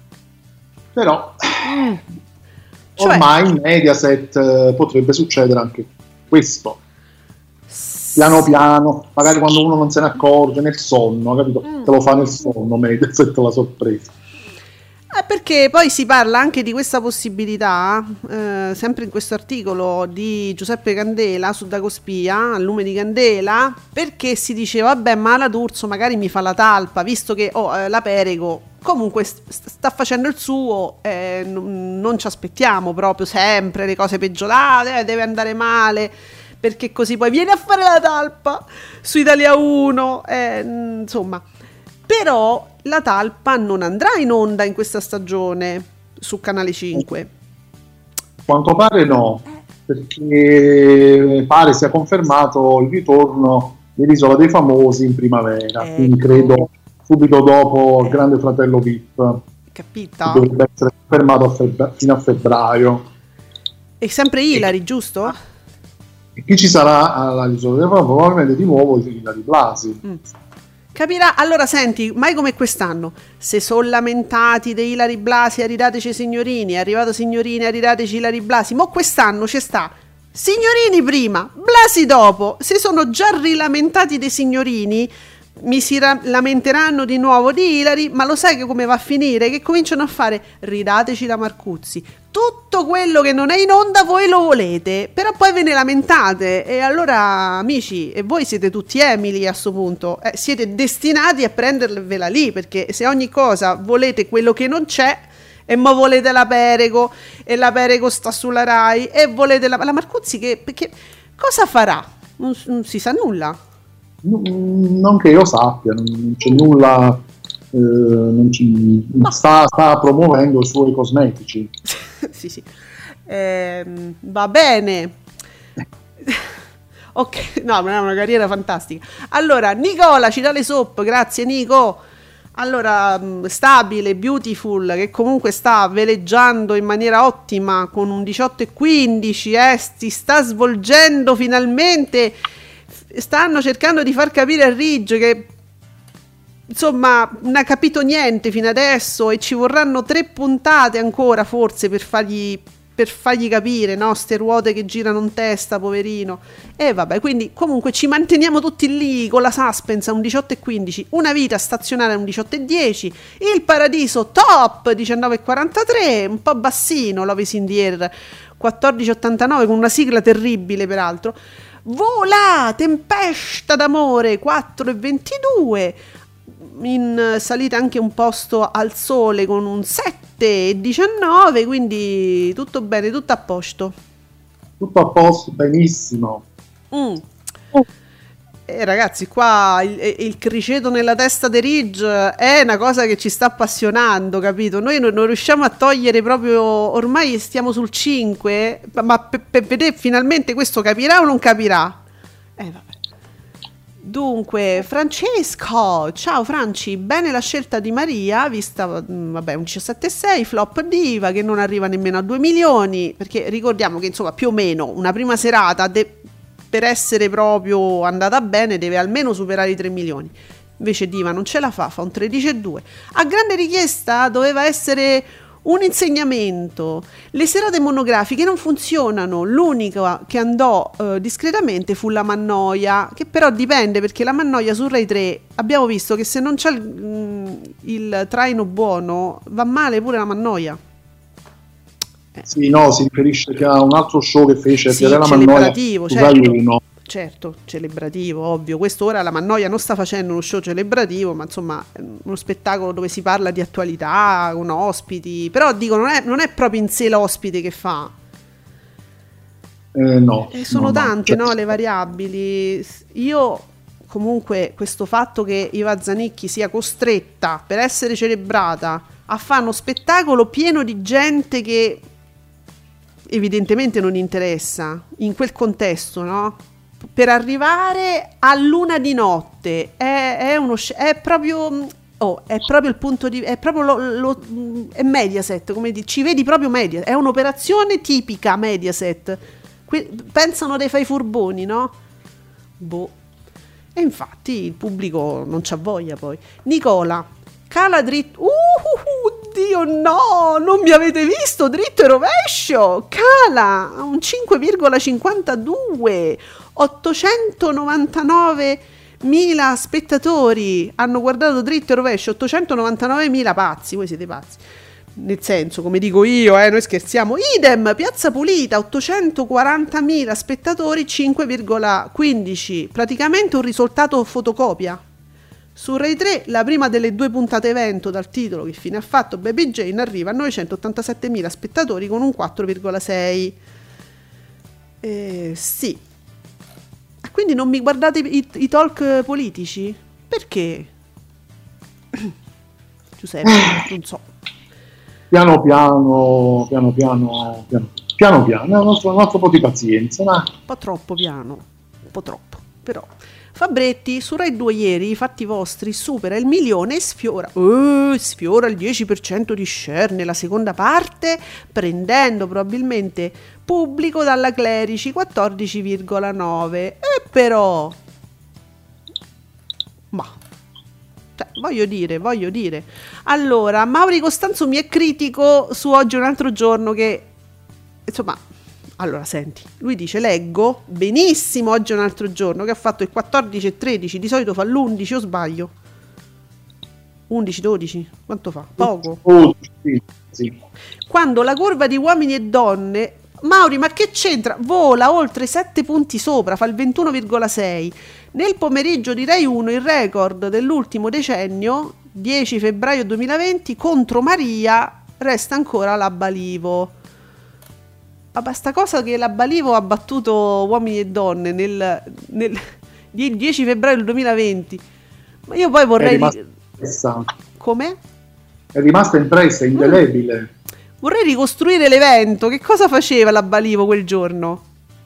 ormai in Mediaset potrebbe succedere anche questo, piano piano, magari quando uno non se ne accorge, nel sonno, capito? Te lo fa nel sonno Mediaset la sorpresa. Perché poi si parla anche di questa possibilità, sempre in questo articolo di Giuseppe Candela su Dagospia, al lume di candela, perché si dice vabbè, ma la D'Urso magari mi fa la talpa, visto che la Perego comunque sta facendo il suo, non ci aspettiamo proprio sempre le cose peggiorate, deve andare male, perché così poi viene a fare la talpa su Italia 1, insomma. Però la talpa non andrà in onda in questa stagione su Canale 5. Quanto pare no, perché pare sia confermato il ritorno dell'Isola dei Famosi in primavera, quindi credo subito dopo il Grande Fratello VIP. Capito? Dovrebbe essere confermato fino a febbraio. E sempre Ilari, giusto? E chi ci sarà all'Isola dei Famosi? Probabilmente di nuovo Ilari Blasi. Capirà, allora senti, mai come quest'anno, se sono lamentati di Ilari Blasi, aridateci signorini, è arrivato signorini, aridateci Ilari Blasi, mo quest'anno ci sta signorini prima, Blasi dopo, se sono già rilamentati dei signorini, mi si lamenteranno di nuovo di Ilari, ma lo sai che come va a finire? Che cominciano a fare ridateci la Marcuzzi, tutto quello che non è in onda voi lo volete, però poi ve ne lamentate, e allora amici, e voi siete tutti Emily a sto punto, siete destinati a prendervela lì, perché se ogni cosa volete quello che non c'è, e mo volete la Perego, e la Perego sta sulla Rai, e volete la Marcuzzi, perché cosa farà? Non si sa nulla. Non che io sappia, non c'è nulla, sta promuovendo i suoi cosmetici. sì. Va bene. Ok, no, ma è una carriera fantastica. Allora, Nicola ci dà le soap, grazie Nico. Allora, Stabile, Beautiful, che comunque sta veleggiando in maniera ottima con un 18,15, si sta svolgendo finalmente. Stanno cercando di far capire a Ridge che insomma non ha capito niente fino adesso e ci vorranno 3 puntate ancora forse per fargli capire, no? Ste ruote che girano in testa, poverino. E vabbè, quindi comunque ci manteniamo tutti lì con la suspense a un 18,15, Una vita stazionaria a un 18,10, Il paradiso top 19,43, un po' bassino Love is in the air 14,89 con una sigla terribile peraltro. Vola, tempesta d'amore 4,22, in salita anche un posto al sole con un 7,19, quindi tutto bene, tutto a posto. Tutto a posto, benissimo. Ragazzi, qua il criceto nella testa di Ridge è una cosa che ci sta appassionando, capito? Noi non riusciamo a togliere proprio, ormai stiamo sul 5, ma per vedere finalmente questo capirà o non capirà? Vabbè. Dunque, Francesco, ciao Franci, bene la scelta di Maria, vista, vabbè, un 17,6, flop diva che non arriva nemmeno a 2 milioni, perché ricordiamo che insomma più o meno una prima serata per essere proprio andata bene deve almeno superare i 3 milioni. invece Diva non ce la fa un 13,2. A grande richiesta doveva essere un insegnamento. Le serate monografiche non funzionano, l'unica che andò discretamente fu la Mannoia, che però dipende, perché la Mannoia su Rai 3 abbiamo visto che se non c'è il traino buono va male pure la Mannoia. Sì, no, si riferisce che a un altro show che fece Sì, Fiorella Mannoia celebrativo, su certo. Rai 1. Certo, celebrativo, ovvio. Questo ora la Mannoia non sta facendo uno show celebrativo, ma insomma uno spettacolo dove si parla di attualità, con ospiti. Però dico, non è proprio in sé l'ospite che fa. No. Sono tante, certo. no, le variabili. Io comunque questo fatto che Iva Zanicchi sia costretta per essere celebrata a fare uno spettacolo pieno di gente che evidentemente non interessa in quel contesto, no? Per arrivare a l'una di notte è proprio il punto di, è proprio è Mediaset, come ci vedi proprio Mediaset, è un'operazione tipica Mediaset. Pensano dei fai furboni, no? Boh. E infatti il pubblico non c'ha voglia. poi Nicola cala dritto. Oddio, no, non mi avete visto, dritto e rovescio, cala a un 5,52. 899.000 spettatori hanno guardato dritto e rovescio, 899.000 pazzi, voi siete pazzi, nel senso, come dico io, noi scherziamo. Idem, Piazza Pulita, 840.000 spettatori, 5,15, praticamente un risultato fotocopia. Su Rai 3, la prima delle 2 puntate evento dal titolo Che fine ha fatto Baby Jane arriva a 987.000 spettatori con un 4,6. Sì. Quindi non mi guardate i talk politici? Perché? Giuseppe, non so. Piano piano, un altro po' di pazienza. Un po' troppo piano, un po' troppo, però. Fabretti, su Rai 2 ieri, i fatti vostri, supera il 1 milione e sfiora il 10% di share nella seconda parte, prendendo probabilmente pubblico dalla Clerici, 14,9. E però, ma, cioè, voglio dire. Allora, Mauri Costanzo mi è critico su Oggi è un altro giorno che, insomma... Allora, senti, lui dice, leggo benissimo Oggi è un altro giorno, che ha fatto il 14,13, di solito fa l'11 o sbaglio? 11-12, quanto fa? Poco. Sì. Quando la curva di uomini e donne, Mauri, ma che c'entra? Vola oltre 7 punti sopra, fa il 21,6. Nel pomeriggio di Rai 1 il record dell'ultimo decennio, 10 febbraio 2020, contro Maria resta ancora la Balivo. Basta cosa che la Balivo ha battuto Uomini e Donne nel 10 febbraio 2020, ma io poi vorrei come? È rimasta impressa, indelebile. Vorrei ricostruire l'evento. Che cosa faceva la Balivo quel giorno?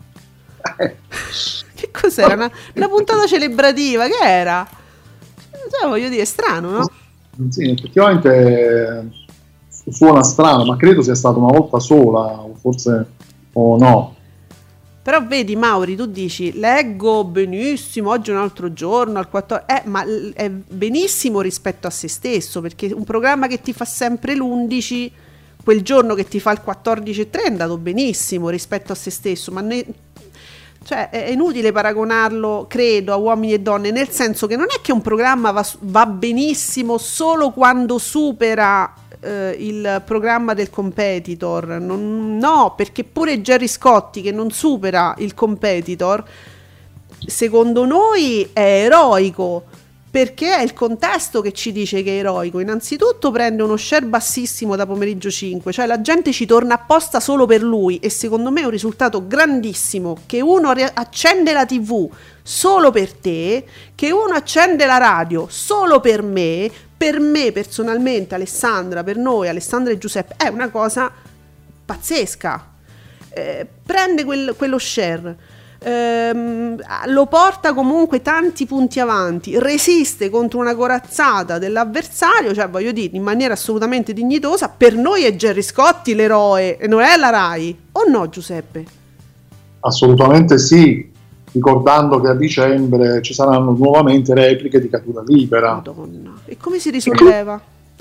Che cos'era? Una puntata celebrativa, che era? Cioè, voglio dire, è strano, no? Sì, effettivamente suona strano, ma credo sia stata una volta sola, o forse no. Però vedi, Mauri, tu dici, leggo benissimo Oggi è un altro giorno al 14, ma è benissimo rispetto a se stesso, perché un programma che ti fa sempre l'11, quel giorno che ti fa il 14,3 è andato benissimo rispetto a se stesso, ma cioè è inutile paragonarlo, credo, a Uomini e Donne, nel senso che non è che un programma va benissimo solo quando supera il programma del competitor, no, perché pure Gerry Scotti, che non supera il competitor, secondo noi è eroico, perché è il contesto che ci dice che è eroico. Innanzitutto prende uno share bassissimo da pomeriggio 5, cioè la gente ci torna apposta solo per lui, e secondo me è un risultato grandissimo che uno accende la TV solo per te, che uno accende la radio solo per me personalmente, Alessandra, per noi, Alessandra e Giuseppe, è una cosa pazzesca. Prende quello share, lo porta comunque tanti punti avanti, resiste contro una corazzata dell'avversario, cioè voglio dire, in maniera assolutamente dignitosa. Per noi è Gerry Scotti l'eroe e non è la Rai, o no, Giuseppe? Assolutamente sì. ricordando che a dicembre ci saranno nuovamente repliche di Caduta Libera. Madonna. E come si risolleva?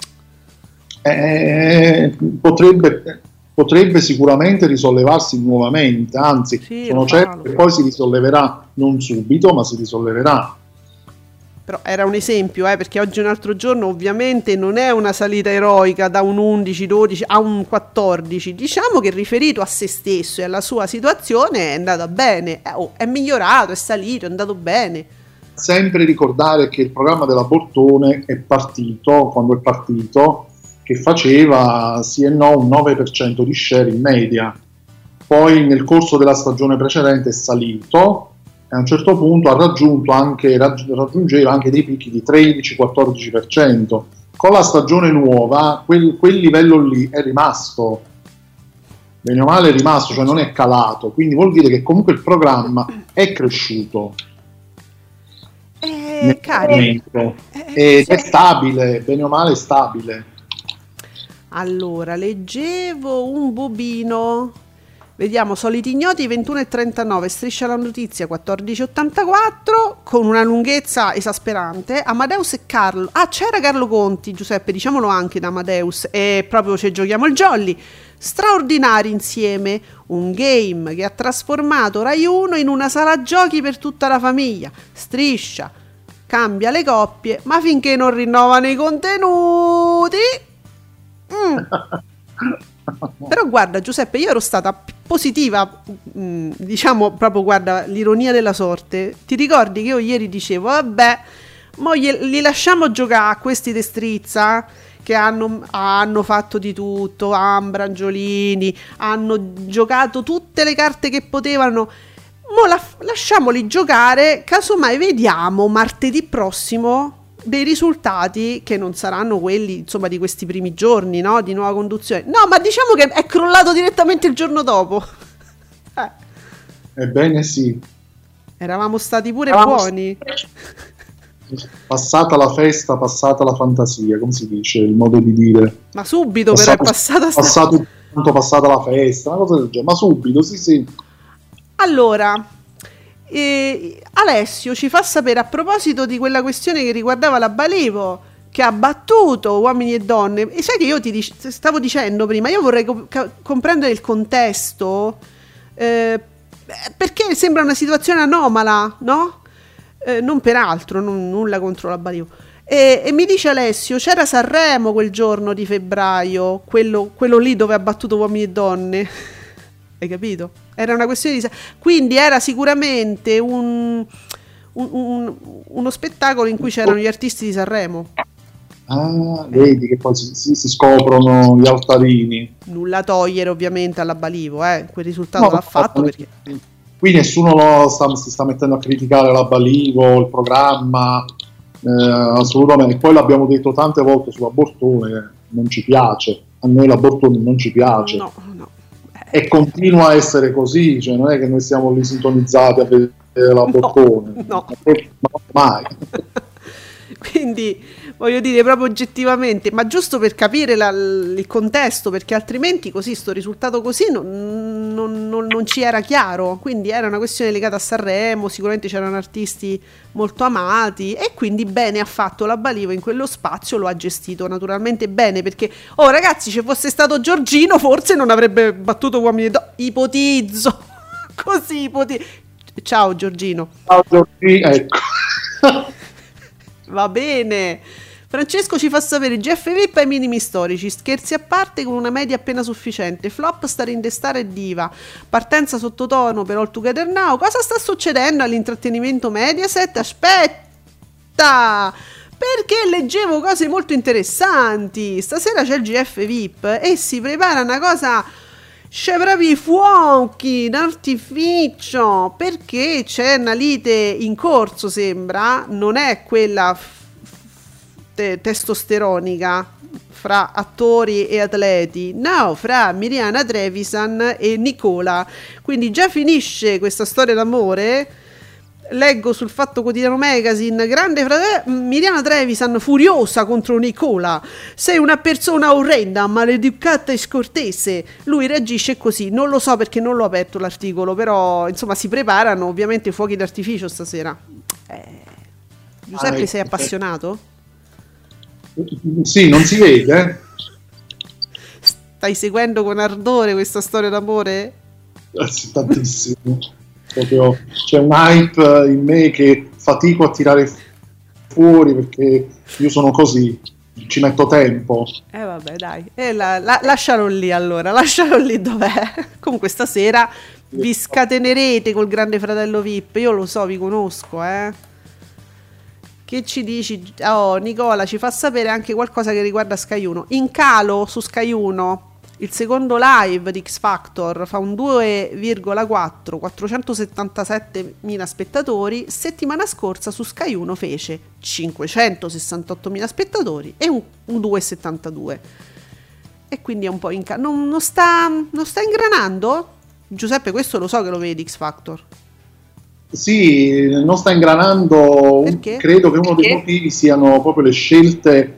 Potrebbe sicuramente risollevarsi nuovamente, anzi Sì, sono lo certo fa. che poi si risolleverà, non subito, ma si risolleverà. Però era un esempio, perché oggi è un altro giorno, ovviamente non è una salita eroica da un 11-12 a un 14, diciamo che riferito a se stesso e alla sua situazione è andata bene, è migliorato, è salito, è andato bene. Sempre ricordare che il programma della Bortone è partito, quando è partito, che faceva sì e no un 9% di share in media, poi nel corso della stagione precedente è salito e a un certo punto raggiungeva anche dei picchi di 13-14%. Con la stagione nuova quel livello lì è rimasto, bene o male è rimasto, cioè non è calato, quindi vuol dire che comunque il programma è cresciuto nel momento, ed è stabile, bene o male è stabile. Allora, leggevo un bobino, vediamo, Soliti Ignoti 21,39, Striscia la Notizia 14,84, con una lunghezza esasperante. Amadeus e Carlo, c'era Carlo Conti, Giuseppe, diciamolo anche da Amadeus, e proprio ci giochiamo il jolly. Straordinari insieme, un game che ha trasformato Rai 1 in una sala giochi per tutta la famiglia. Striscia cambia le coppie, ma finché non rinnovano i contenuti. Però guarda Giuseppe, io ero stata positiva, diciamo proprio, guarda, l'ironia della sorte. Ti ricordi che io ieri dicevo vabbè, mo li lasciamo giocare a questi de Strizza che hanno fatto di tutto, Ambra, Angiolini, hanno giocato tutte le carte che potevano, mo lasciamoli giocare, casomai vediamo martedì prossimo dei risultati che non saranno quelli, insomma, di questi primi giorni, no? Di nuova conduzione. No, ma diciamo che è crollato direttamente il giorno dopo. Ebbene sì. Eravamo stati pure buoni. Passata la festa, passata la fantasia, come si dice, il modo di dire. Ma subito però è passata la festa, una cosa del genere, ma subito, sì. Allora, Alessio ci fa sapere, a proposito di quella questione che riguardava la Balivo, che ha battuto Uomini e Donne, e sai che io stavo dicendo prima, io vorrei comprendere il contesto, perché sembra una situazione anomala, no? Non per altro, nulla contro la Balivo. E mi dice Alessio, c'era Sanremo quel giorno di febbraio, quello lì dove ha battuto Uomini e Donne. Hai capito? Era una questione di... Quindi era sicuramente uno spettacolo in cui c'erano gli artisti di Sanremo. Vedi che poi si scoprono gli altarini. Nulla togliere ovviamente alla Balivo, quel risultato l'ha fatto perché... Qui nessuno si sta mettendo a criticare la Balivo, il programma, assolutamente. Poi l'abbiamo detto tante volte sulla Bortone, non ci piace, a noi la Bortone non ci piace. No. E continua a essere così, cioè non è che noi siamo lì sintonizzati a vedere la Bortone, no. Mai. Quindi voglio dire proprio oggettivamente, ma giusto per capire il contesto, perché altrimenti così sto risultato così non ci era chiaro. Quindi era una questione legata a Sanremo, sicuramente c'erano artisti molto amati e quindi bene ha fatto la Balivo in quello spazio, lo ha gestito naturalmente bene, perché ragazzi, se fosse stato Giorgino forse non avrebbe battuto Uomini e Donne, ipotizzo così, ciao Giorgino. Ecco. Va bene. Francesco ci fa sapere, Jeff VIP ai minimi storici, scherzi a parte con una media appena sufficiente, flop stare in Star Diva, partenza sottotono per All Together Now. Cosa sta succedendo all'intrattenimento Mediaset? Aspetta, perché leggevo cose molto interessanti. Stasera c'è il GF VIP e si prepara una cosa, c'è proprio i fuochi d'artificio, perché c'è una lite in corso, sembra, non è quella testosteronica fra attori e atleti, no, fra Miriana Trevisan e Nicola. Quindi già finisce questa storia d'amore, leggo sul Fatto Quotidiano Magazine, grande fratello, Miriana Trevisan furiosa contro Nicola, sei una persona orrenda, maleducata e scortese. Lui reagisce così, non lo so perché non l'ho aperto l'articolo, però insomma si preparano ovviamente fuochi d'artificio stasera. Giuseppe, sei appassionato? Sì, non si vede. Stai seguendo con ardore questa storia d'amore? Sì, tantissimo. Proprio c'è un hype in me che fatico a tirare fuori perché io sono così, ci metto tempo. Vabbè, dai, lascialo lì allora, lascialo lì dov'è. Comunque stasera vi scatenerete col Grande Fratello VIP, io lo so, vi conosco, Che ci dici? Oh, Nicola ci fa sapere anche qualcosa che riguarda Sky 1. In calo su Sky 1 il secondo live di X Factor fa un 2,4, 477.000 spettatori. Settimana scorsa su Sky 1 fece 568.000 spettatori e un 2,72. E quindi è un po' in calo. Non sta ingranando? Giuseppe, questo lo so che lo vedi X Factor. Sì, non sta ingranando. Perché? Credo che uno dei motivi siano proprio le scelte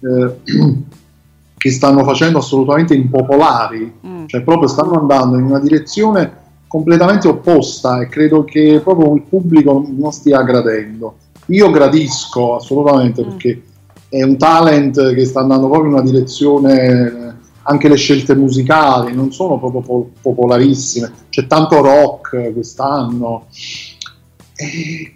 che stanno facendo assolutamente impopolari, cioè proprio stanno andando in una direzione completamente opposta e credo che proprio il pubblico non stia gradendo. Io gradisco assolutamente perché è un talent che sta andando proprio in una direzione, anche le scelte musicali non sono proprio popolarissime, c'è tanto rock quest'anno e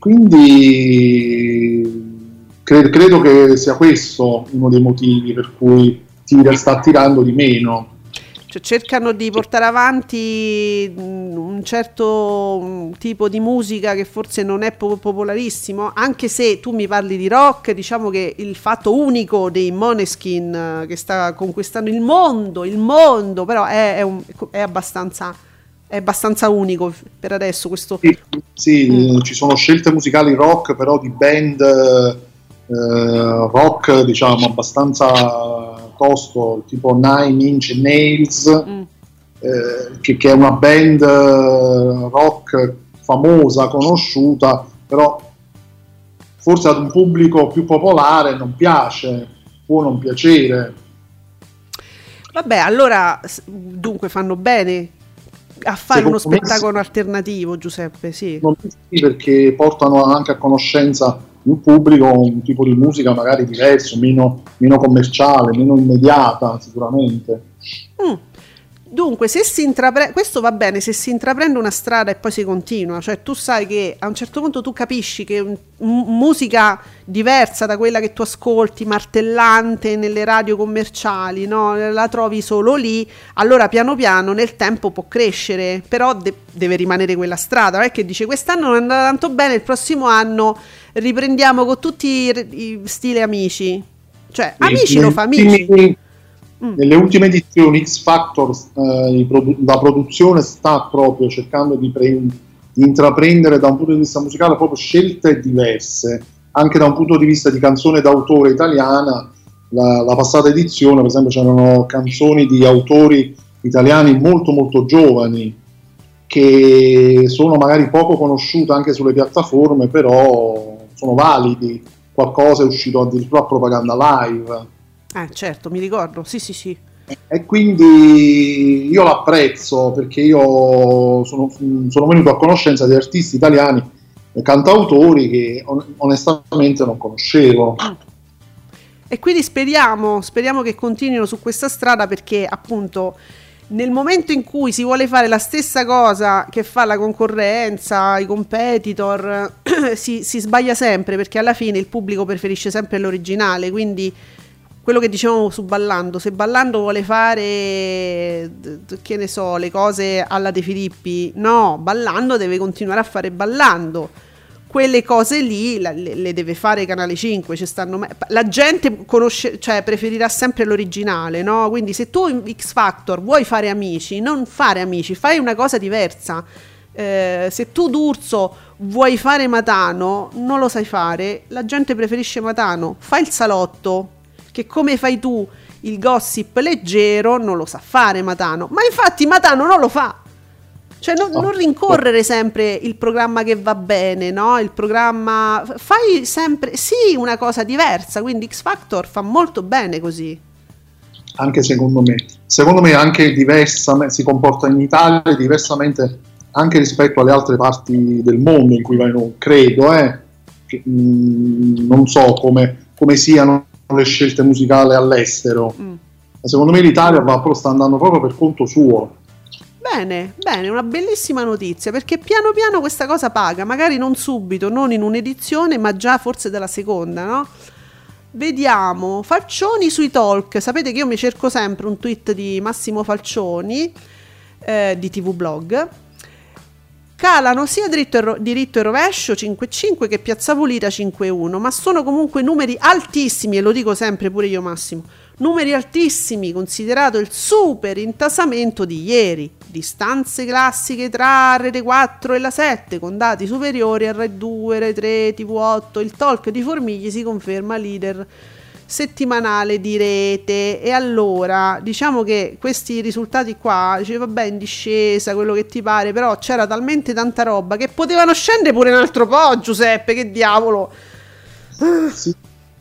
quindi credo che sia questo uno dei motivi per cui sta tirando di meno. Cioè, cercano di portare avanti un certo tipo di musica che forse non è popolarissimo, anche se tu mi parli di rock, diciamo che il fatto unico dei Måneskin che sta conquistando il mondo, però è abbastanza unico per adesso questo. Sì, ci sono scelte musicali rock, però di band rock diciamo abbastanza tosto, tipo Nine Inch Nails, che è una band rock famosa, conosciuta, però forse ad un pubblico più popolare non piace, può non piacere. Vabbè, allora dunque fanno bene a fare uno spettacolo alternativo, Giuseppe, sì. Non sì, perché portano anche a conoscenza un pubblico un tipo di musica magari diverso, meno commerciale, meno immediata sicuramente. Dunque, se si intraprende, questo va bene se si intraprende una strada e poi si continua, cioè tu sai che a un certo punto tu capisci che musica diversa da quella che tu ascolti, martellante nelle radio commerciali, no? La trovi solo lì, allora piano piano nel tempo può crescere, però deve rimanere quella strada, non è che dice quest'anno non è andato tanto bene, il prossimo anno riprendiamo con tutti i stile Amici, cioè Amici lo fa Amici. Nelle ultime edizioni X Factor la produzione sta proprio cercando di intraprendere da un punto di vista musicale proprio scelte diverse, anche da un punto di vista di canzone d'autore italiana. La passata edizione per esempio c'erano canzoni di autori italiani molto molto giovani che sono magari poco conosciute anche sulle piattaforme, però sono validi, qualcosa è uscito addirittura a Propaganda Live. Certo, mi ricordo, sì. E quindi io l'apprezzo perché io sono venuto a conoscenza di artisti italiani e cantautori che onestamente non conoscevo. E quindi speriamo che continuino su questa strada, perché appunto nel momento in cui si vuole fare la stessa cosa che fa la concorrenza, i competitor, si sbaglia sempre, perché alla fine il pubblico preferisce sempre l'originale. Quindi quello che dicevamo su Ballando, se Ballando vuole fare, che ne so, le cose alla De Filippi, no, Ballando deve continuare a fare Ballando. Quelle cose lì le deve fare Canale 5, la gente conosce, cioè preferirà sempre l'originale, no? Quindi se tu in X Factor vuoi fare Amici, non fare Amici, fai una cosa diversa. Se tu D'Urso vuoi fare Matano, non lo sai fare, la gente preferisce Matano. Fai il Salotto, che come fai tu il gossip leggero non lo sa fare Matano, ma infatti Matano non lo fa. Cioè non rincorrere sempre il programma che va bene, no? Il programma, fai sempre sì una cosa diversa, quindi X Factor fa molto bene così. Anche secondo me anche diversamente si comporta in Italia diversamente anche rispetto alle altre parti del mondo in cui vai, credo, che, non so come siano le scelte musicali all'estero. Secondo me l'Italia sta andando proprio per conto suo. Bene, una bellissima notizia, perché piano piano questa cosa paga, magari non subito, non in un'edizione, ma già forse dalla seconda, no? Vediamo, Falcioni sui talk. Sapete che io mi cerco sempre un tweet di Massimo Falcioni, di TV Blog. Calano sia diritto e rovescio 5-5 che Piazza Pulita 5-1, ma sono comunque numeri altissimi, e lo dico sempre pure io Massimo, numeri altissimi considerato il super intasamento di ieri, distanze classiche tra Rete 4 e la 7 con dati superiori a Rai 2, Rai 3, TV8, il talk di Formigli si conferma leader settimanale di rete. E allora diciamo che questi risultati qua, dice vabbè in discesa quello che ti pare, però c'era talmente tanta roba che potevano scendere pure un altro po', Giuseppe, che diavolo. Sì.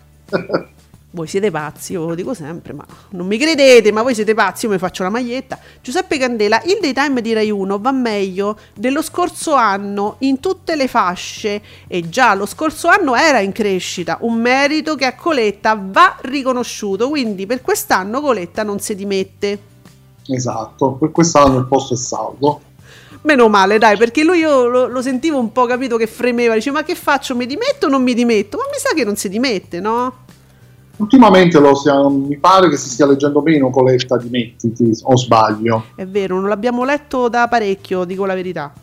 Voi siete pazzi, io ve lo dico sempre, ma non mi credete, ma voi siete pazzi, io mi faccio la maglietta. Giuseppe Candela, il daytime di Rai 1 va meglio dello scorso anno in tutte le fasce, e già lo scorso anno era in crescita, un merito che a Coletta va riconosciuto, quindi per quest'anno Coletta non si dimette. Esatto, per quest'anno il posto è salvo. Meno male, dai, perché lui io lo sentivo un po', capito, che fremeva, dice ma che faccio, mi dimetto o non mi dimetto? Ma mi sa che non si dimette, no? Ultimamente mi pare che si stia leggendo meno Coletta dimettiti, o sbaglio? È vero, non l'abbiamo letto da parecchio, dico la verità.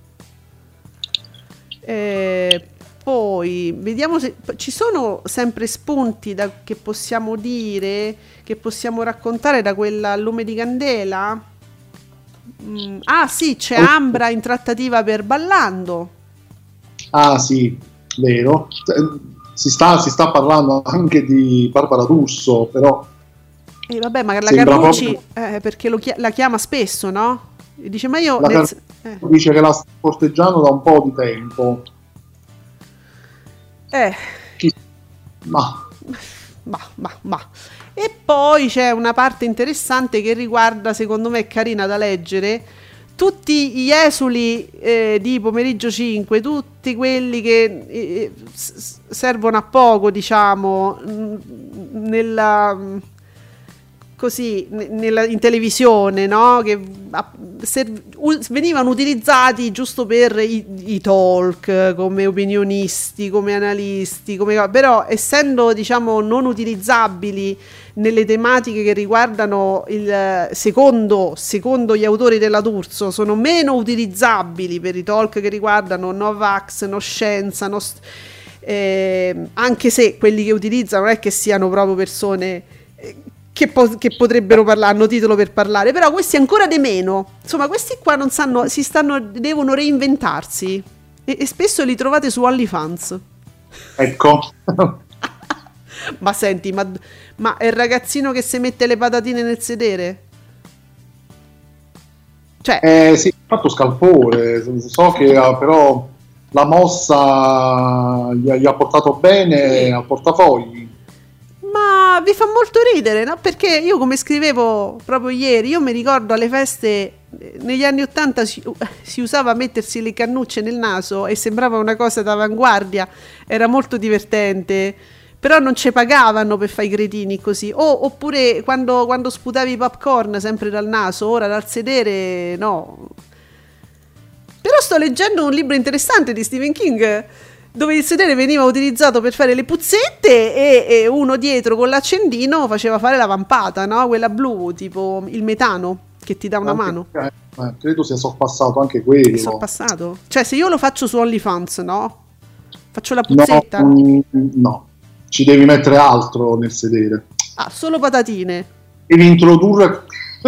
Poi vediamo se ci sono sempre spunti che possiamo dire, che possiamo raccontare da quella lume di candela. Ah sì, c'è Ambra in trattativa per Ballando. Ah sì, vero. Si sta parlando anche di Barbara D'Urso, però vabbè, ma la Carlucci perché la chiama spesso, no? E dice ma io dice che la sta corteggiando da un po' di tempo. Ma. E poi c'è una parte interessante che riguarda, secondo me è carina da leggere, tutti gli esuli di Pomeriggio 5, tutti quelli che servono a poco, diciamo, in televisione, no? Che venivano utilizzati giusto per i talk, come opinionisti, come analisti, però essendo, diciamo, non utilizzabili nelle tematiche che riguardano secondo gli autori della D'Urso, sono meno utilizzabili per i talk che riguardano no vax, no scienza, anche se quelli che utilizzano non è che siano proprio persone che potrebbero parlare, hanno titolo per parlare, però questi ancora di meno. Insomma, questi qua non sanno, devono reinventarsi e spesso li trovate su OnlyFans. Ecco. Ma senti, ma è il ragazzino che si mette le patatine nel sedere? Cioè sì, ha fatto scalpore, so che però la mossa gli ha portato bene al portafogli. Ma vi fa molto ridere, no? Perché io, come scrivevo proprio ieri, io mi ricordo alle feste negli anni 80 si usava mettersi le cannucce nel naso e sembrava una cosa d'avanguardia, era molto divertente, però non ci pagavano per fare i cretini così. Oppure quando sputavi i popcorn sempre dal naso, ora dal sedere no. Però sto leggendo un libro interessante di Stephen King dove il sedere veniva utilizzato per fare le puzzette e uno dietro con l'accendino faceva fare la vampata, no? Quella blu, tipo il metano, che ti dà una mano. Credo sia sorpassato anche quello. Sorpassato? Cioè, se io lo faccio su OnlyFans, no? Faccio la puzzetta? No, ci devi mettere altro nel sedere. Ah, solo patatine? Devi introdurre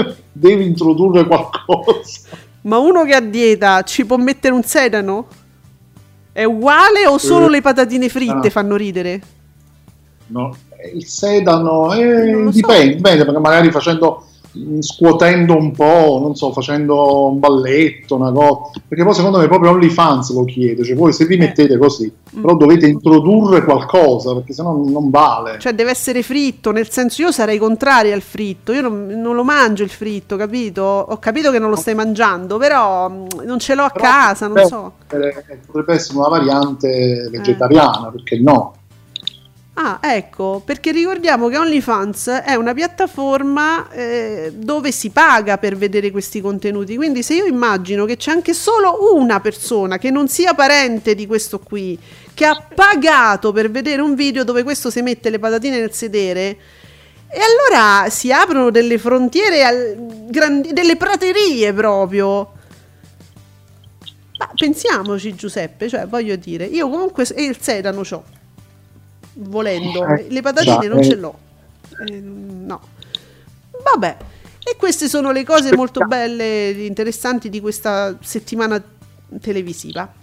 qualcosa. Ma uno che ha dieta ci può mettere un sedano? È uguale o solo le patatine fritte fanno ridere? No, il sedano dipende, perché magari facendo scuotendo un po', non so, facendo un balletto, una cosa, perché poi secondo me proprio OnlyFans lo chiede, cioè voi se vi mettete così, però dovete introdurre qualcosa, perché sennò non vale. Cioè deve essere fritto, nel senso, io sarei contraria al fritto, io non lo mangio il fritto, capito? Ho capito che non lo stai mangiando, però non ce l'ho a casa, non so. Potrebbe essere una variante vegetariana, perché no? Ah, ecco, perché ricordiamo che OnlyFans è una piattaforma dove si paga per vedere questi contenuti, quindi se io immagino che c'è anche solo una persona che non sia parente di questo qui, che ha pagato per vedere un video dove questo si mette le patatine nel sedere, e allora si aprono delle frontiere, delle praterie proprio. Ma pensiamoci, Giuseppe, cioè voglio dire, io comunque il sedano c'ho, volendo, le patatine non ce l'ho, no, vabbè, e queste sono le cose molto belle, interessanti di questa settimana televisiva.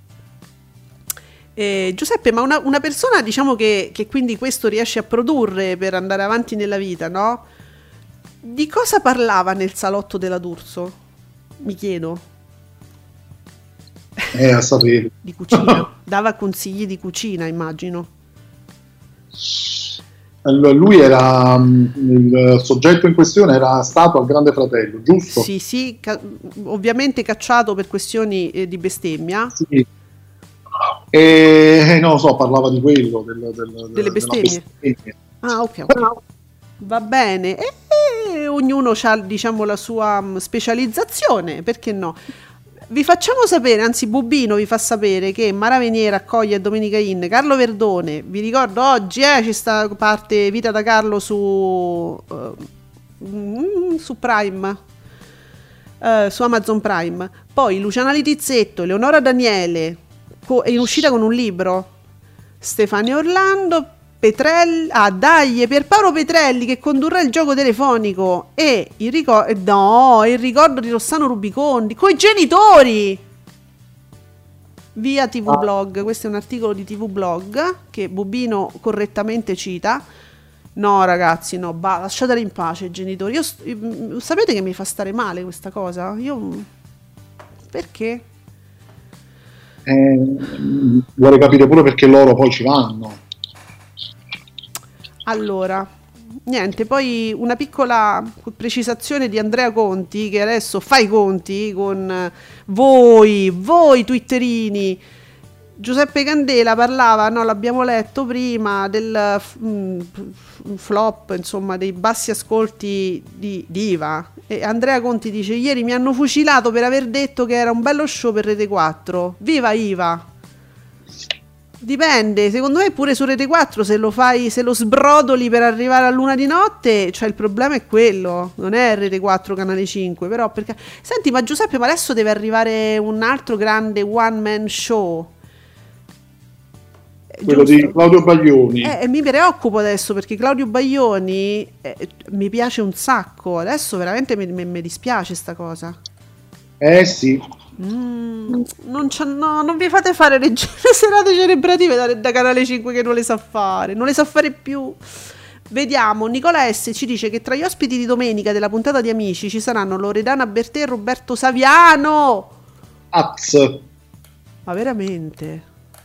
Giuseppe, ma una persona, diciamo, che quindi questo riesce a produrre per andare avanti nella vita, no? Di cosa parlava nel salotto della D'Urso? Mi chiedo. A sapere. Di cucina, dava consigli di cucina, immagino. Lui era il soggetto in questione, era stato al Grande Fratello, giusto? Sì, ovviamente cacciato per questioni di bestemmia. Sì. E non lo so, parlava di quello, delle bestemmie. Ah, ok. Va bene. E ognuno ha, diciamo, la sua specializzazione, perché no? Vi facciamo sapere, anzi Bubino vi fa sapere che Mara Venier accoglie a Domenica Inn Carlo Verdone. Vi ricordo oggi ci sta parte Vita da Carlo su Prime, su Amazon Prime. Poi Luciana Litizzetto, Eleonora Daniele è in uscita con un libro, Stefania Orlando, Petrelli, Pierpaolo Petrelli che condurrà il gioco telefonico, e il ricordo di Rossano Rubicondi coi genitori via TV Blog. Questo è un articolo di TV Blog che Bubino correttamente cita. No ragazzi, no, lasciateli in pace i genitori. Sapete che mi fa stare male questa cosa? Perché? Vorrei capire pure perché loro poi ci vanno. Allora, niente, poi una piccola precisazione di Andrea Conti, che adesso fa i conti con voi twitterini. Giuseppe Candela parlava, no, l'abbiamo letto prima, del flop, insomma, dei bassi ascolti di Diva. E Andrea Conti dice: ieri mi hanno fucilato per aver detto che era un bello show per Rete 4. Viva Iva! Dipende, secondo me pure su Rete 4 se lo sbrodoli per arrivare a luna di notte, cioè il problema è quello, non è Rete 4 Canale 5, però perché... Senti, ma Giuseppe, ma adesso deve arrivare un altro grande one man show. Quello di Claudio Baglioni. Mi preoccupo adesso perché Claudio Baglioni mi piace un sacco. Adesso veramente mi dispiace sta cosa. Sì. Non vi fate fare le serate celebrative da Canale 5 che non le sa fare più. Vediamo, Nicola S ci dice che tra gli ospiti di domenica della puntata di Amici ci saranno Loredana Bertè e Roberto Saviano. Ma veramente?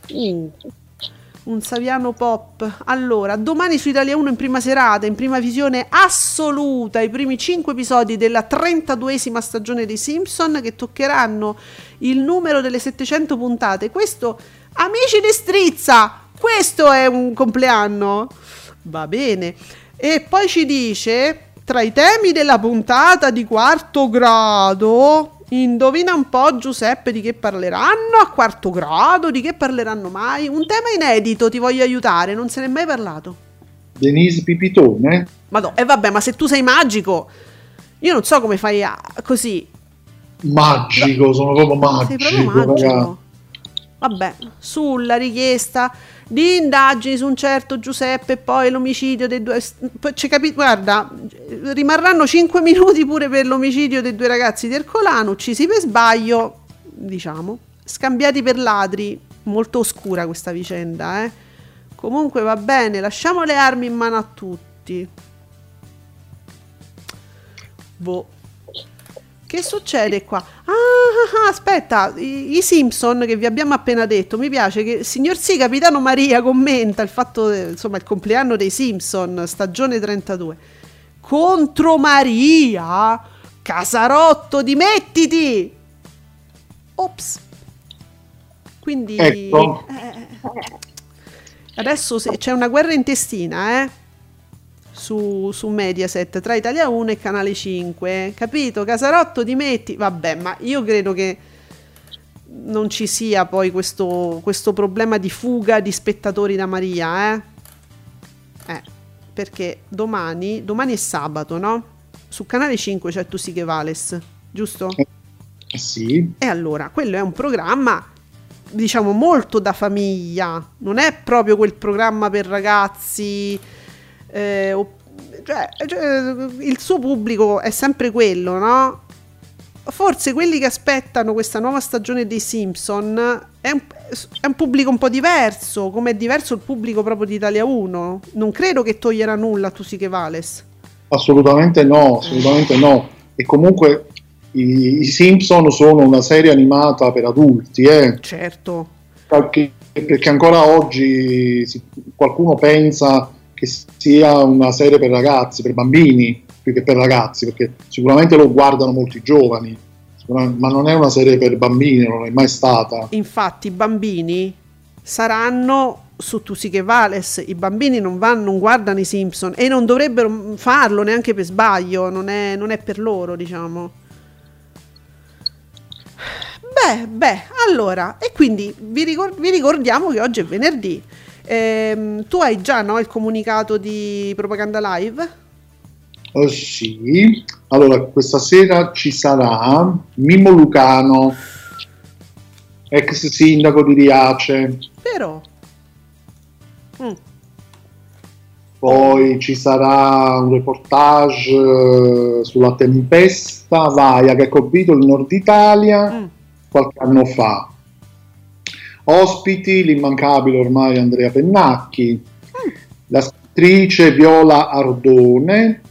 Un Saviano pop. Allora, domani su Italia 1 in prima serata, in prima visione assoluta, i primi 5 episodi della 32esima stagione dei Simpson, che toccheranno il numero delle 700 puntate. Questo, amici di Strizza, questo è un compleanno. Va bene. E poi ci dice, tra i temi della puntata di Quarto Grado... Indovina un po', Giuseppe, di che parleranno a Quarto Grado, di che parleranno mai? Un tema inedito, ti voglio aiutare, non se n'è mai parlato. Denise Pipitone? Vabbè, ma se tu sei magico, io non so come fai così. Magico, sono proprio magico. Sei proprio magico. Vabbè, sulla richiesta di indagini su un certo Giuseppe, poi l'omicidio dei due... Guarda, rimarranno 5 minuti pure per l'omicidio dei 2 ragazzi di Ercolano, uccisi per sbaglio, diciamo, scambiati per ladri. Molto oscura questa vicenda, Comunque va bene, lasciamo le armi in mano a tutti. Boh. Che succede qua? Aspetta, i Simpson che vi abbiamo appena detto, mi piace che signor sì, Capitano Maria commenta il fatto, insomma, il compleanno dei Simpson, stagione 32. Contro Maria? Casarotto, dimettiti! Ops. Quindi ecco. Adesso c'è una guerra intestina, su Mediaset tra Italia 1 e Canale 5, capito? Casarotto, dimetti. Vabbè, ma io credo che non ci sia poi questo problema di fuga di spettatori da Maria, perché domani è sabato, no? Su Canale 5 c'è Tu sì che vales, giusto? Sì. E allora, quello è un programma, diciamo, molto da famiglia, non è proprio quel programma per ragazzi, cioè, il suo pubblico è sempre quello, no? Forse quelli che aspettano questa nuova stagione dei Simpson è un pubblico un po' diverso, come è diverso il pubblico proprio di Italia 1. Non credo che toglierà nulla a Tu sì che vales. Assolutamente no. E comunque i Simpson sono una serie animata per adulti, Certo. Perché ancora oggi qualcuno pensa che sia una serie per ragazzi, per bambini, più che per ragazzi, perché sicuramente lo guardano molti giovani, ma non è una serie per bambini, non è mai stata. Infatti i bambini saranno su Tu sì che vales, i bambini non guardano i Simpson e non dovrebbero farlo neanche per sbaglio, non è per loro, diciamo. Beh, allora, e quindi vi ricordiamo che oggi è venerdì. Tu hai già, no, il comunicato di Propaganda Live? Sì, allora questa sera ci sarà Mimmo Lucano, ex sindaco di Riace. Però Poi ci sarà un reportage sulla tempesta Vaia che ha colpito il nord Italia qualche anno fa. Ospiti l'immancabile ormai Andrea Pennacchi, la scrittrice Viola Ardone,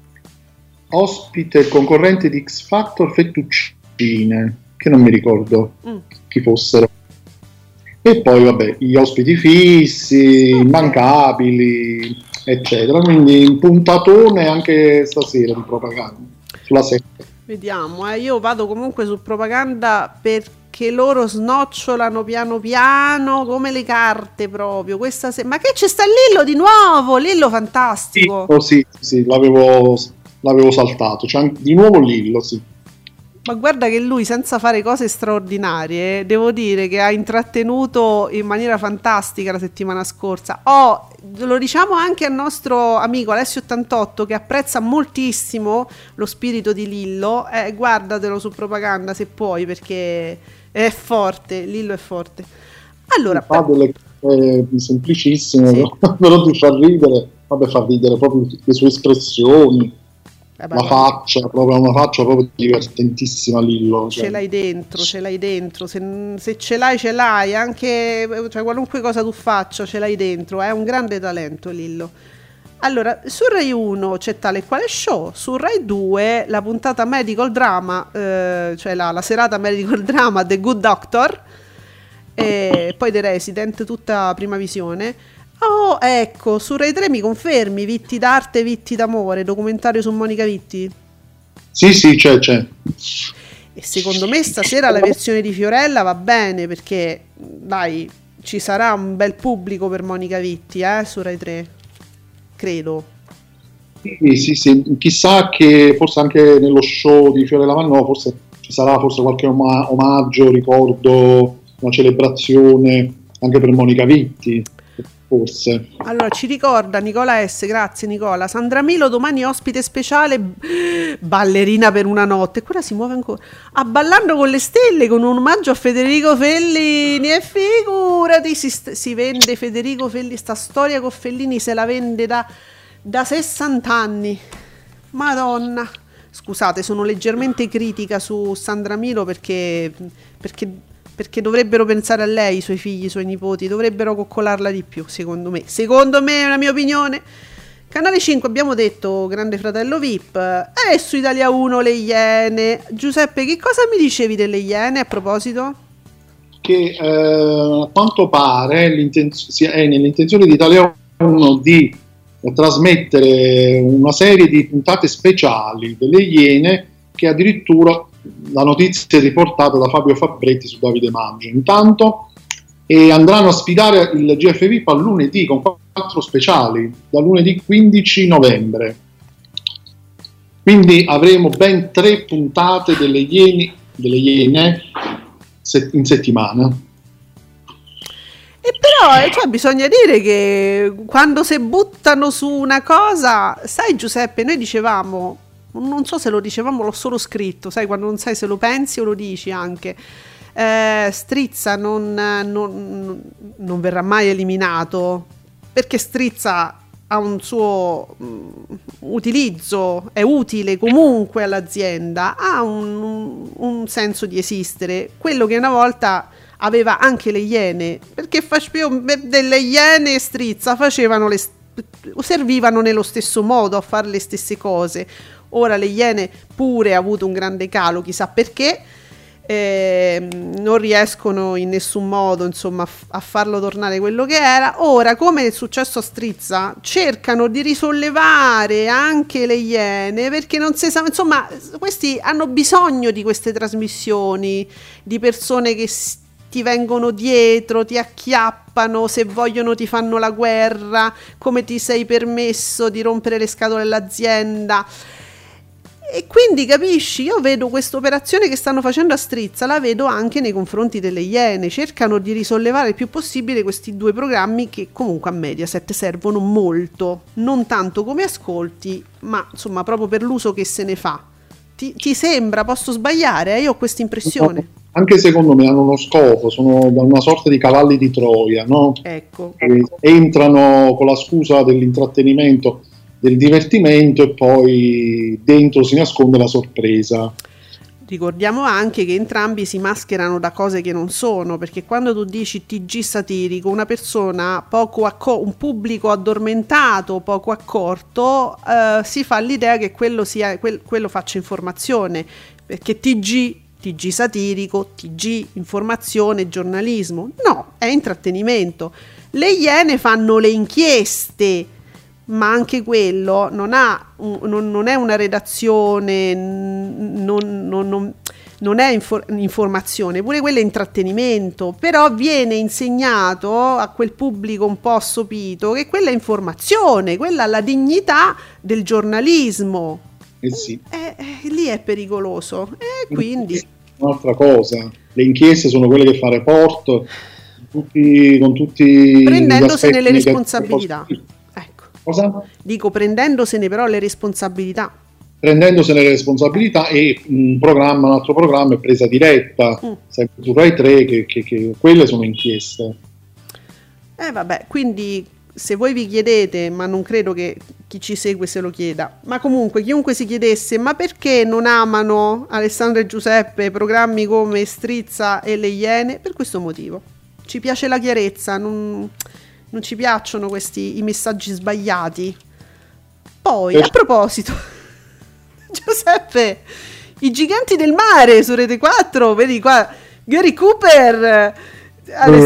ospite il concorrente di X Factor Fettuccine, che non mi ricordo chi fossero. E poi vabbè, gli ospiti fissi, immancabili, eccetera. Quindi un puntatone anche stasera di Propaganda sulla 7. Vediamo, io vado comunque su Propaganda perché loro snocciolano piano piano come le carte proprio. Ma che c'è sta Lillo di nuovo? Lillo fantastico. Sì, l'avevo saltato. C'è di nuovo Lillo, sì. Ma guarda che lui, senza fare cose straordinarie, devo dire che ha intrattenuto in maniera fantastica la settimana scorsa. Lo diciamo anche al nostro amico Alessio88 che apprezza moltissimo lo spirito di Lillo. Guardatelo su Propaganda se puoi, perché è forte, Lillo è forte. Allora, fa delle cose semplicissime, sì. Però ti fa ridere proprio le sue espressioni. La faccia, proprio una faccia proprio divertentissima Lillo. Ce l'hai dentro. Se ce l'hai, anche cioè, qualunque cosa tu faccia, ce l'hai dentro. È un grande talento Lillo. Allora, su Rai 1 c'è Tale e Quale Show, su Rai 2 la puntata Medical Drama, cioè la serata Medical Drama The Good Doctor, e poi The Resident, tutta prima visione. Ecco, su Rai 3 mi confermi Vitti d'arte, Vitti d'amore, documentario su Monica Vitti? Sì, c'è. E secondo me stasera la versione di Fiorella va bene, perché dai, ci sarà un bel pubblico per Monica Vitti, su Rai 3, credo. Sì, chissà che forse anche nello show di Fiorella Manno forse ci sarà qualche omaggio, ricordo, una celebrazione anche per Monica Vitti. Forse. Allora ci ricorda Nicola S, grazie Nicola. Sandra Milo domani ospite speciale, ballerina per una notte, quella si muove ancora, a Ballando con le Stelle con un omaggio a Federico Fellini, e figurati, si vende Federico Fellini, sta storia con Fellini se la vende da 60 anni, madonna. Scusate, sono leggermente critica su Sandra Milo perché dovrebbero pensare a lei, i suoi figli, i suoi nipoti, dovrebbero coccolarla di più, secondo me, è una mia opinione. Canale 5 abbiamo detto Grande Fratello VIP, e su Italia 1 Le Iene. Giuseppe, che cosa mi dicevi delle Iene a proposito? Che a quanto pare è nell'intenzione di Italia 1 di trasmettere una serie di puntate speciali delle Iene, che addirittura la notizia è riportata da Fabio Fabretti su Davide Maggio. Intanto andranno a sfidare il GF VIP a lunedì con 4 speciali, da lunedì 15 novembre. Quindi avremo ben 3 puntate delle Iene in settimana. E però cioè, bisogna dire che quando si buttano su una cosa, sai Giuseppe, noi dicevamo, non so se lo dicevamo, l'ho solo scritto, sai, quando non sai se lo pensi o lo dici anche, Strizza non verrà mai eliminato, perché Strizza ha un suo utilizzo, è utile comunque all'azienda, ha un senso di esistere, quello che una volta aveva anche le Iene, perché delle Iene e Strizza servivano nello stesso modo a fare le stesse cose. Ora le Iene pure ha avuto un grande calo, chissà perché, non riescono in nessun modo insomma a farlo tornare quello che era. Ora, come è successo a Strizza, cercano di risollevare anche le Iene, perché non si sa, insomma, questi hanno bisogno di queste trasmissioni, di persone che ti vengono dietro, ti acchiappano, se vogliono ti fanno la guerra, come ti sei permesso di rompere le scatole all'azienda. E quindi capisci, io vedo questa operazione che stanno facendo a Strizza, la vedo anche nei confronti delle Iene, cercano di risollevare il più possibile questi 2 programmi che comunque a Mediaset servono molto, non tanto come ascolti, ma insomma proprio per l'uso che se ne fa. Ti sembra? Posso sbagliare? Io ho questa impressione. Anche secondo me hanno uno scopo, sono una sorta di cavalli di Troia, no? Ecco. Entrano con la scusa dell'intrattenimento, del divertimento, e poi dentro si nasconde la sorpresa. Ricordiamo anche che entrambi si mascherano da cose che non sono, perché quando tu dici TG satirico, una persona un pubblico addormentato, poco accorto, si fa l'idea che quello faccia informazione, perché TG satirico, TG informazione, giornalismo, no, è intrattenimento. Le Iene fanno le inchieste, ma anche quello non è una redazione, non è informazione, pure quello è intrattenimento, però viene insegnato a quel pubblico un po' assopito che quella è informazione, quella ha la dignità del giornalismo. Sì. Lì è pericoloso, e quindi un'altra cosa, le inchieste sono quelle che fa report con tutti prendendosene le responsabilità. Ecco. Cosa? Dico, prendendosene però le responsabilità. Prendendosene le responsabilità, e un altro programma è Presa Diretta, sempre su Rai 3, che quelle sono inchieste. Vabbè, quindi se voi vi chiedete, ma non credo che chi ci segue se lo chieda, ma comunque chiunque si chiedesse, ma perché non amano Alessandro e Giuseppe programmi come Strizza e Le Iene? Per questo motivo. Ci piace la chiarezza, non ci piacciono i messaggi sbagliati. Poi, a proposito, Giuseppe, i Giganti del Mare su Rete 4, vedi qua, Gary Cooper alle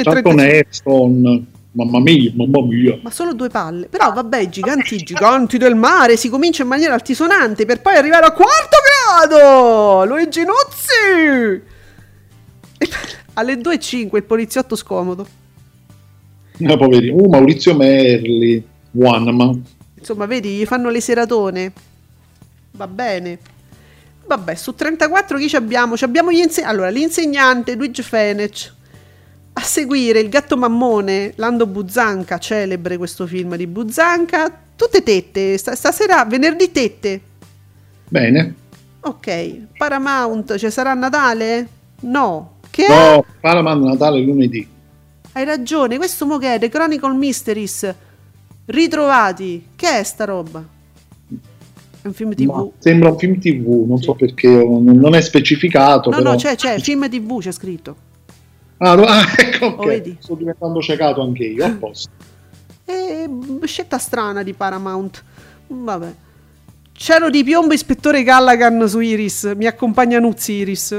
16:35. Mamma mia. Ma solo 2 palle. Però vabbè, i giganti del mare, si comincia in maniera altisonante per poi arrivare a 4° grado. Luigi Nuzzi. E alle 2:05 il poliziotto scomodo. Poverino. Maurizio Merli. Insomma, vedi, gli fanno le seratone. Va bene. Vabbè, su 34 chi ci abbiamo? Abbiamo l'insegnante Luigi Fenech. A seguire Il gatto mammone, Lando Buzzanca, celebre questo film di Buzzanca. Tutte tette, stasera, venerdì tette. Bene. Ok, Paramount, ci sarà Natale? No. No, Paramount Natale lunedì. Hai ragione, questo mo che è? The Chronicle Mysteries Ritrovati. Che è sta roba? È un film TV? Ma sembra un film TV, non so perché, non è specificato. No, però. No, c'è, film TV c'è scritto. Ecco, ok. Vedi? Sto diventando ciecato anche io, a posto. Scelta strana di Paramount. Vabbè. Cielo di piombo, ispettore Callaghan su Iris. Mi accompagna Nuzzi Iris.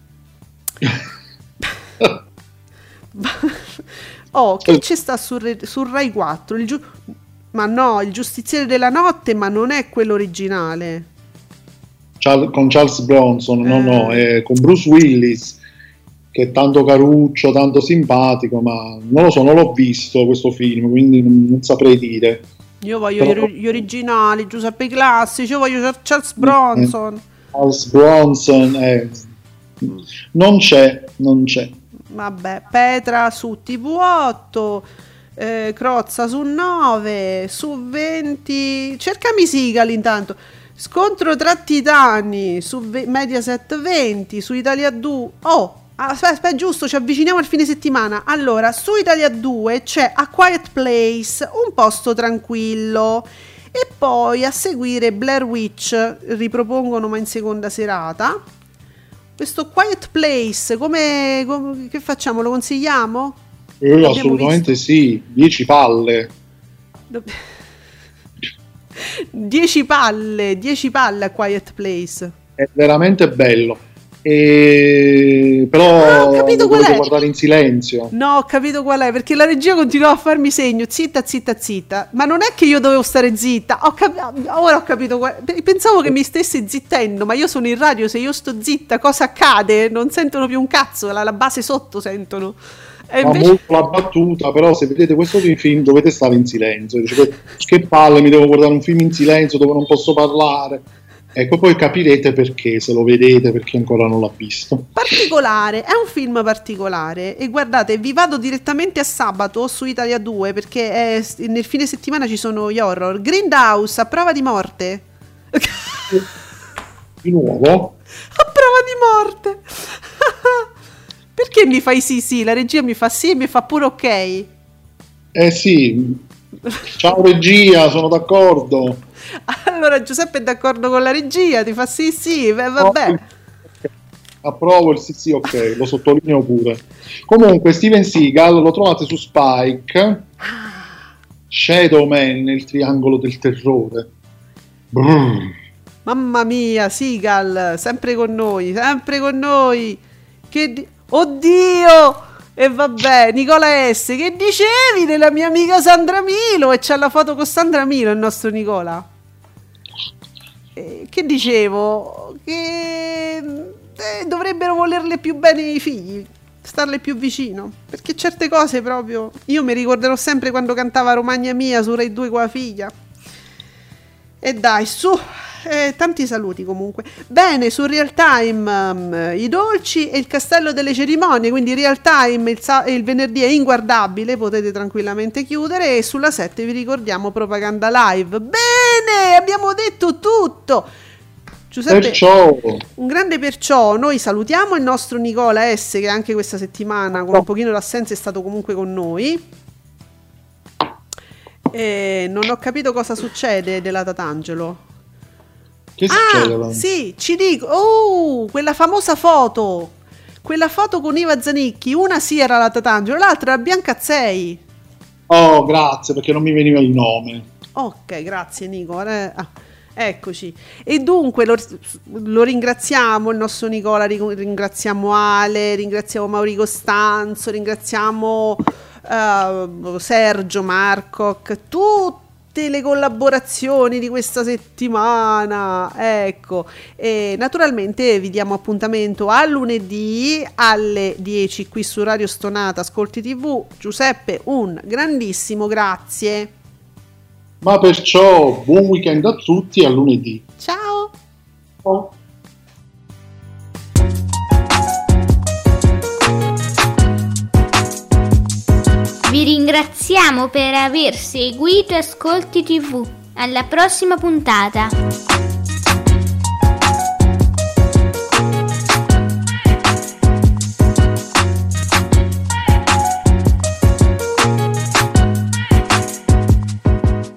Che ci sta su Rai 4? Ma no, il giustiziere della notte, ma non è quello originale. Con Charles Bronson, no, è con Bruce Willis, che è tanto caruccio, tanto simpatico, ma non lo so, non l'ho visto questo film, quindi non saprei dire. Io voglio gli originali, Giuseppe Classici, io voglio Charles Bronson. Charles Bronson, non c'è. Vabbè, Petra su TV8, Crozza su 9, su 20. Cercami Sigal intanto. Scontro tra titani su Mediaset 20, su Italia 2. Aspetta, giusto, ci avviciniamo al fine settimana. Allora, su Italia 2 c'è A Quiet Place, Un posto tranquillo, e poi a seguire Blair Witch, ripropongono ma in seconda serata. Questo Quiet Place, come che facciamo? Lo consigliamo? Assolutamente sì, 10 palle. 10 palle a Quiet Place. È veramente bello. Però ho capito qual è. Guardare in silenzio. No, ho capito qual è, perché la regia continuava a farmi segno zitta, ma non è che io dovevo stare zitta. Ora ho capito pensavo che mi stesse zittendo, ma io sono in radio, se io sto zitta cosa accade? Non sentono più un cazzo, la base sotto sentono. Ma invece... molto la battuta, però se vedete questo film dovete stare in silenzio. Che palle, mi devo guardare un film in silenzio dove non posso parlare. Ecco, poi capirete perché, se lo vedete, perché ancora non l'ha visto. Particolare, è un film particolare. E guardate, vi vado direttamente a sabato su Italia 2, perché nel fine settimana ci sono gli horror. Grindhouse, A prova di morte. Di nuovo? A prova di morte. Perché mi fai sì? La regia mi fa sì e mi fa pure ok. Sì. Ciao regia, sono d'accordo. Allora Giuseppe è d'accordo con la regia, ti fa sì, vabbè. Approvo il sì, ok, lo sottolineo pure. Comunque Steven Seagal lo trovate su Spike. Shadow Man nel triangolo del terrore. Brrr. Mamma mia, Seagal, sempre con noi. Oddio! E vabbè, Nicola S, che dicevi della mia amica Sandra Milo? E c'ha la foto con Sandra Milo il nostro Nicola. Che dicevo? Che dovrebbero volerle più bene i figli, starle più vicino, perché certe cose proprio io mi ricorderò sempre quando cantava Romagna Mia su Rai 2 con la figlia. E dai, su, tanti saluti comunque. Bene, su Real Time i dolci e il castello delle cerimonie, quindi Real Time il venerdì è inguardabile, potete tranquillamente chiudere, e sulla 7 vi ricordiamo Propaganda Live. Bene, abbiamo detto tutto. Giuseppe, perciò. Un grande perciò. Noi salutiamo il nostro Nicola S, che anche questa settimana con un pochino d'assenza è stato comunque con noi. Non ho capito cosa succede della Tatangelo. Che succede? Sì, ci dico. Quella famosa foto. Quella foto con Iva Zanicchi. Una sì era la Tatangelo, l'altra era Bianca Azzei. Oh, grazie, perché non mi veniva il nome. Ok, grazie Nico. Eccoci. E dunque lo ringraziamo, il nostro Nicola, ringraziamo Ale, ringraziamo Mauri Costanzo, ringraziamo Sergio Marcoc, tutte le collaborazioni di questa settimana. Ecco, e naturalmente vi diamo appuntamento a lunedì alle 10 qui su Radio Stonata Ascolti TV. Giuseppe, un grandissimo grazie. Ma perciò buon weekend a tutti, a lunedì. Ciao. Ciao. Vi ringraziamo per aver seguito Ascolti TV. Alla prossima puntata.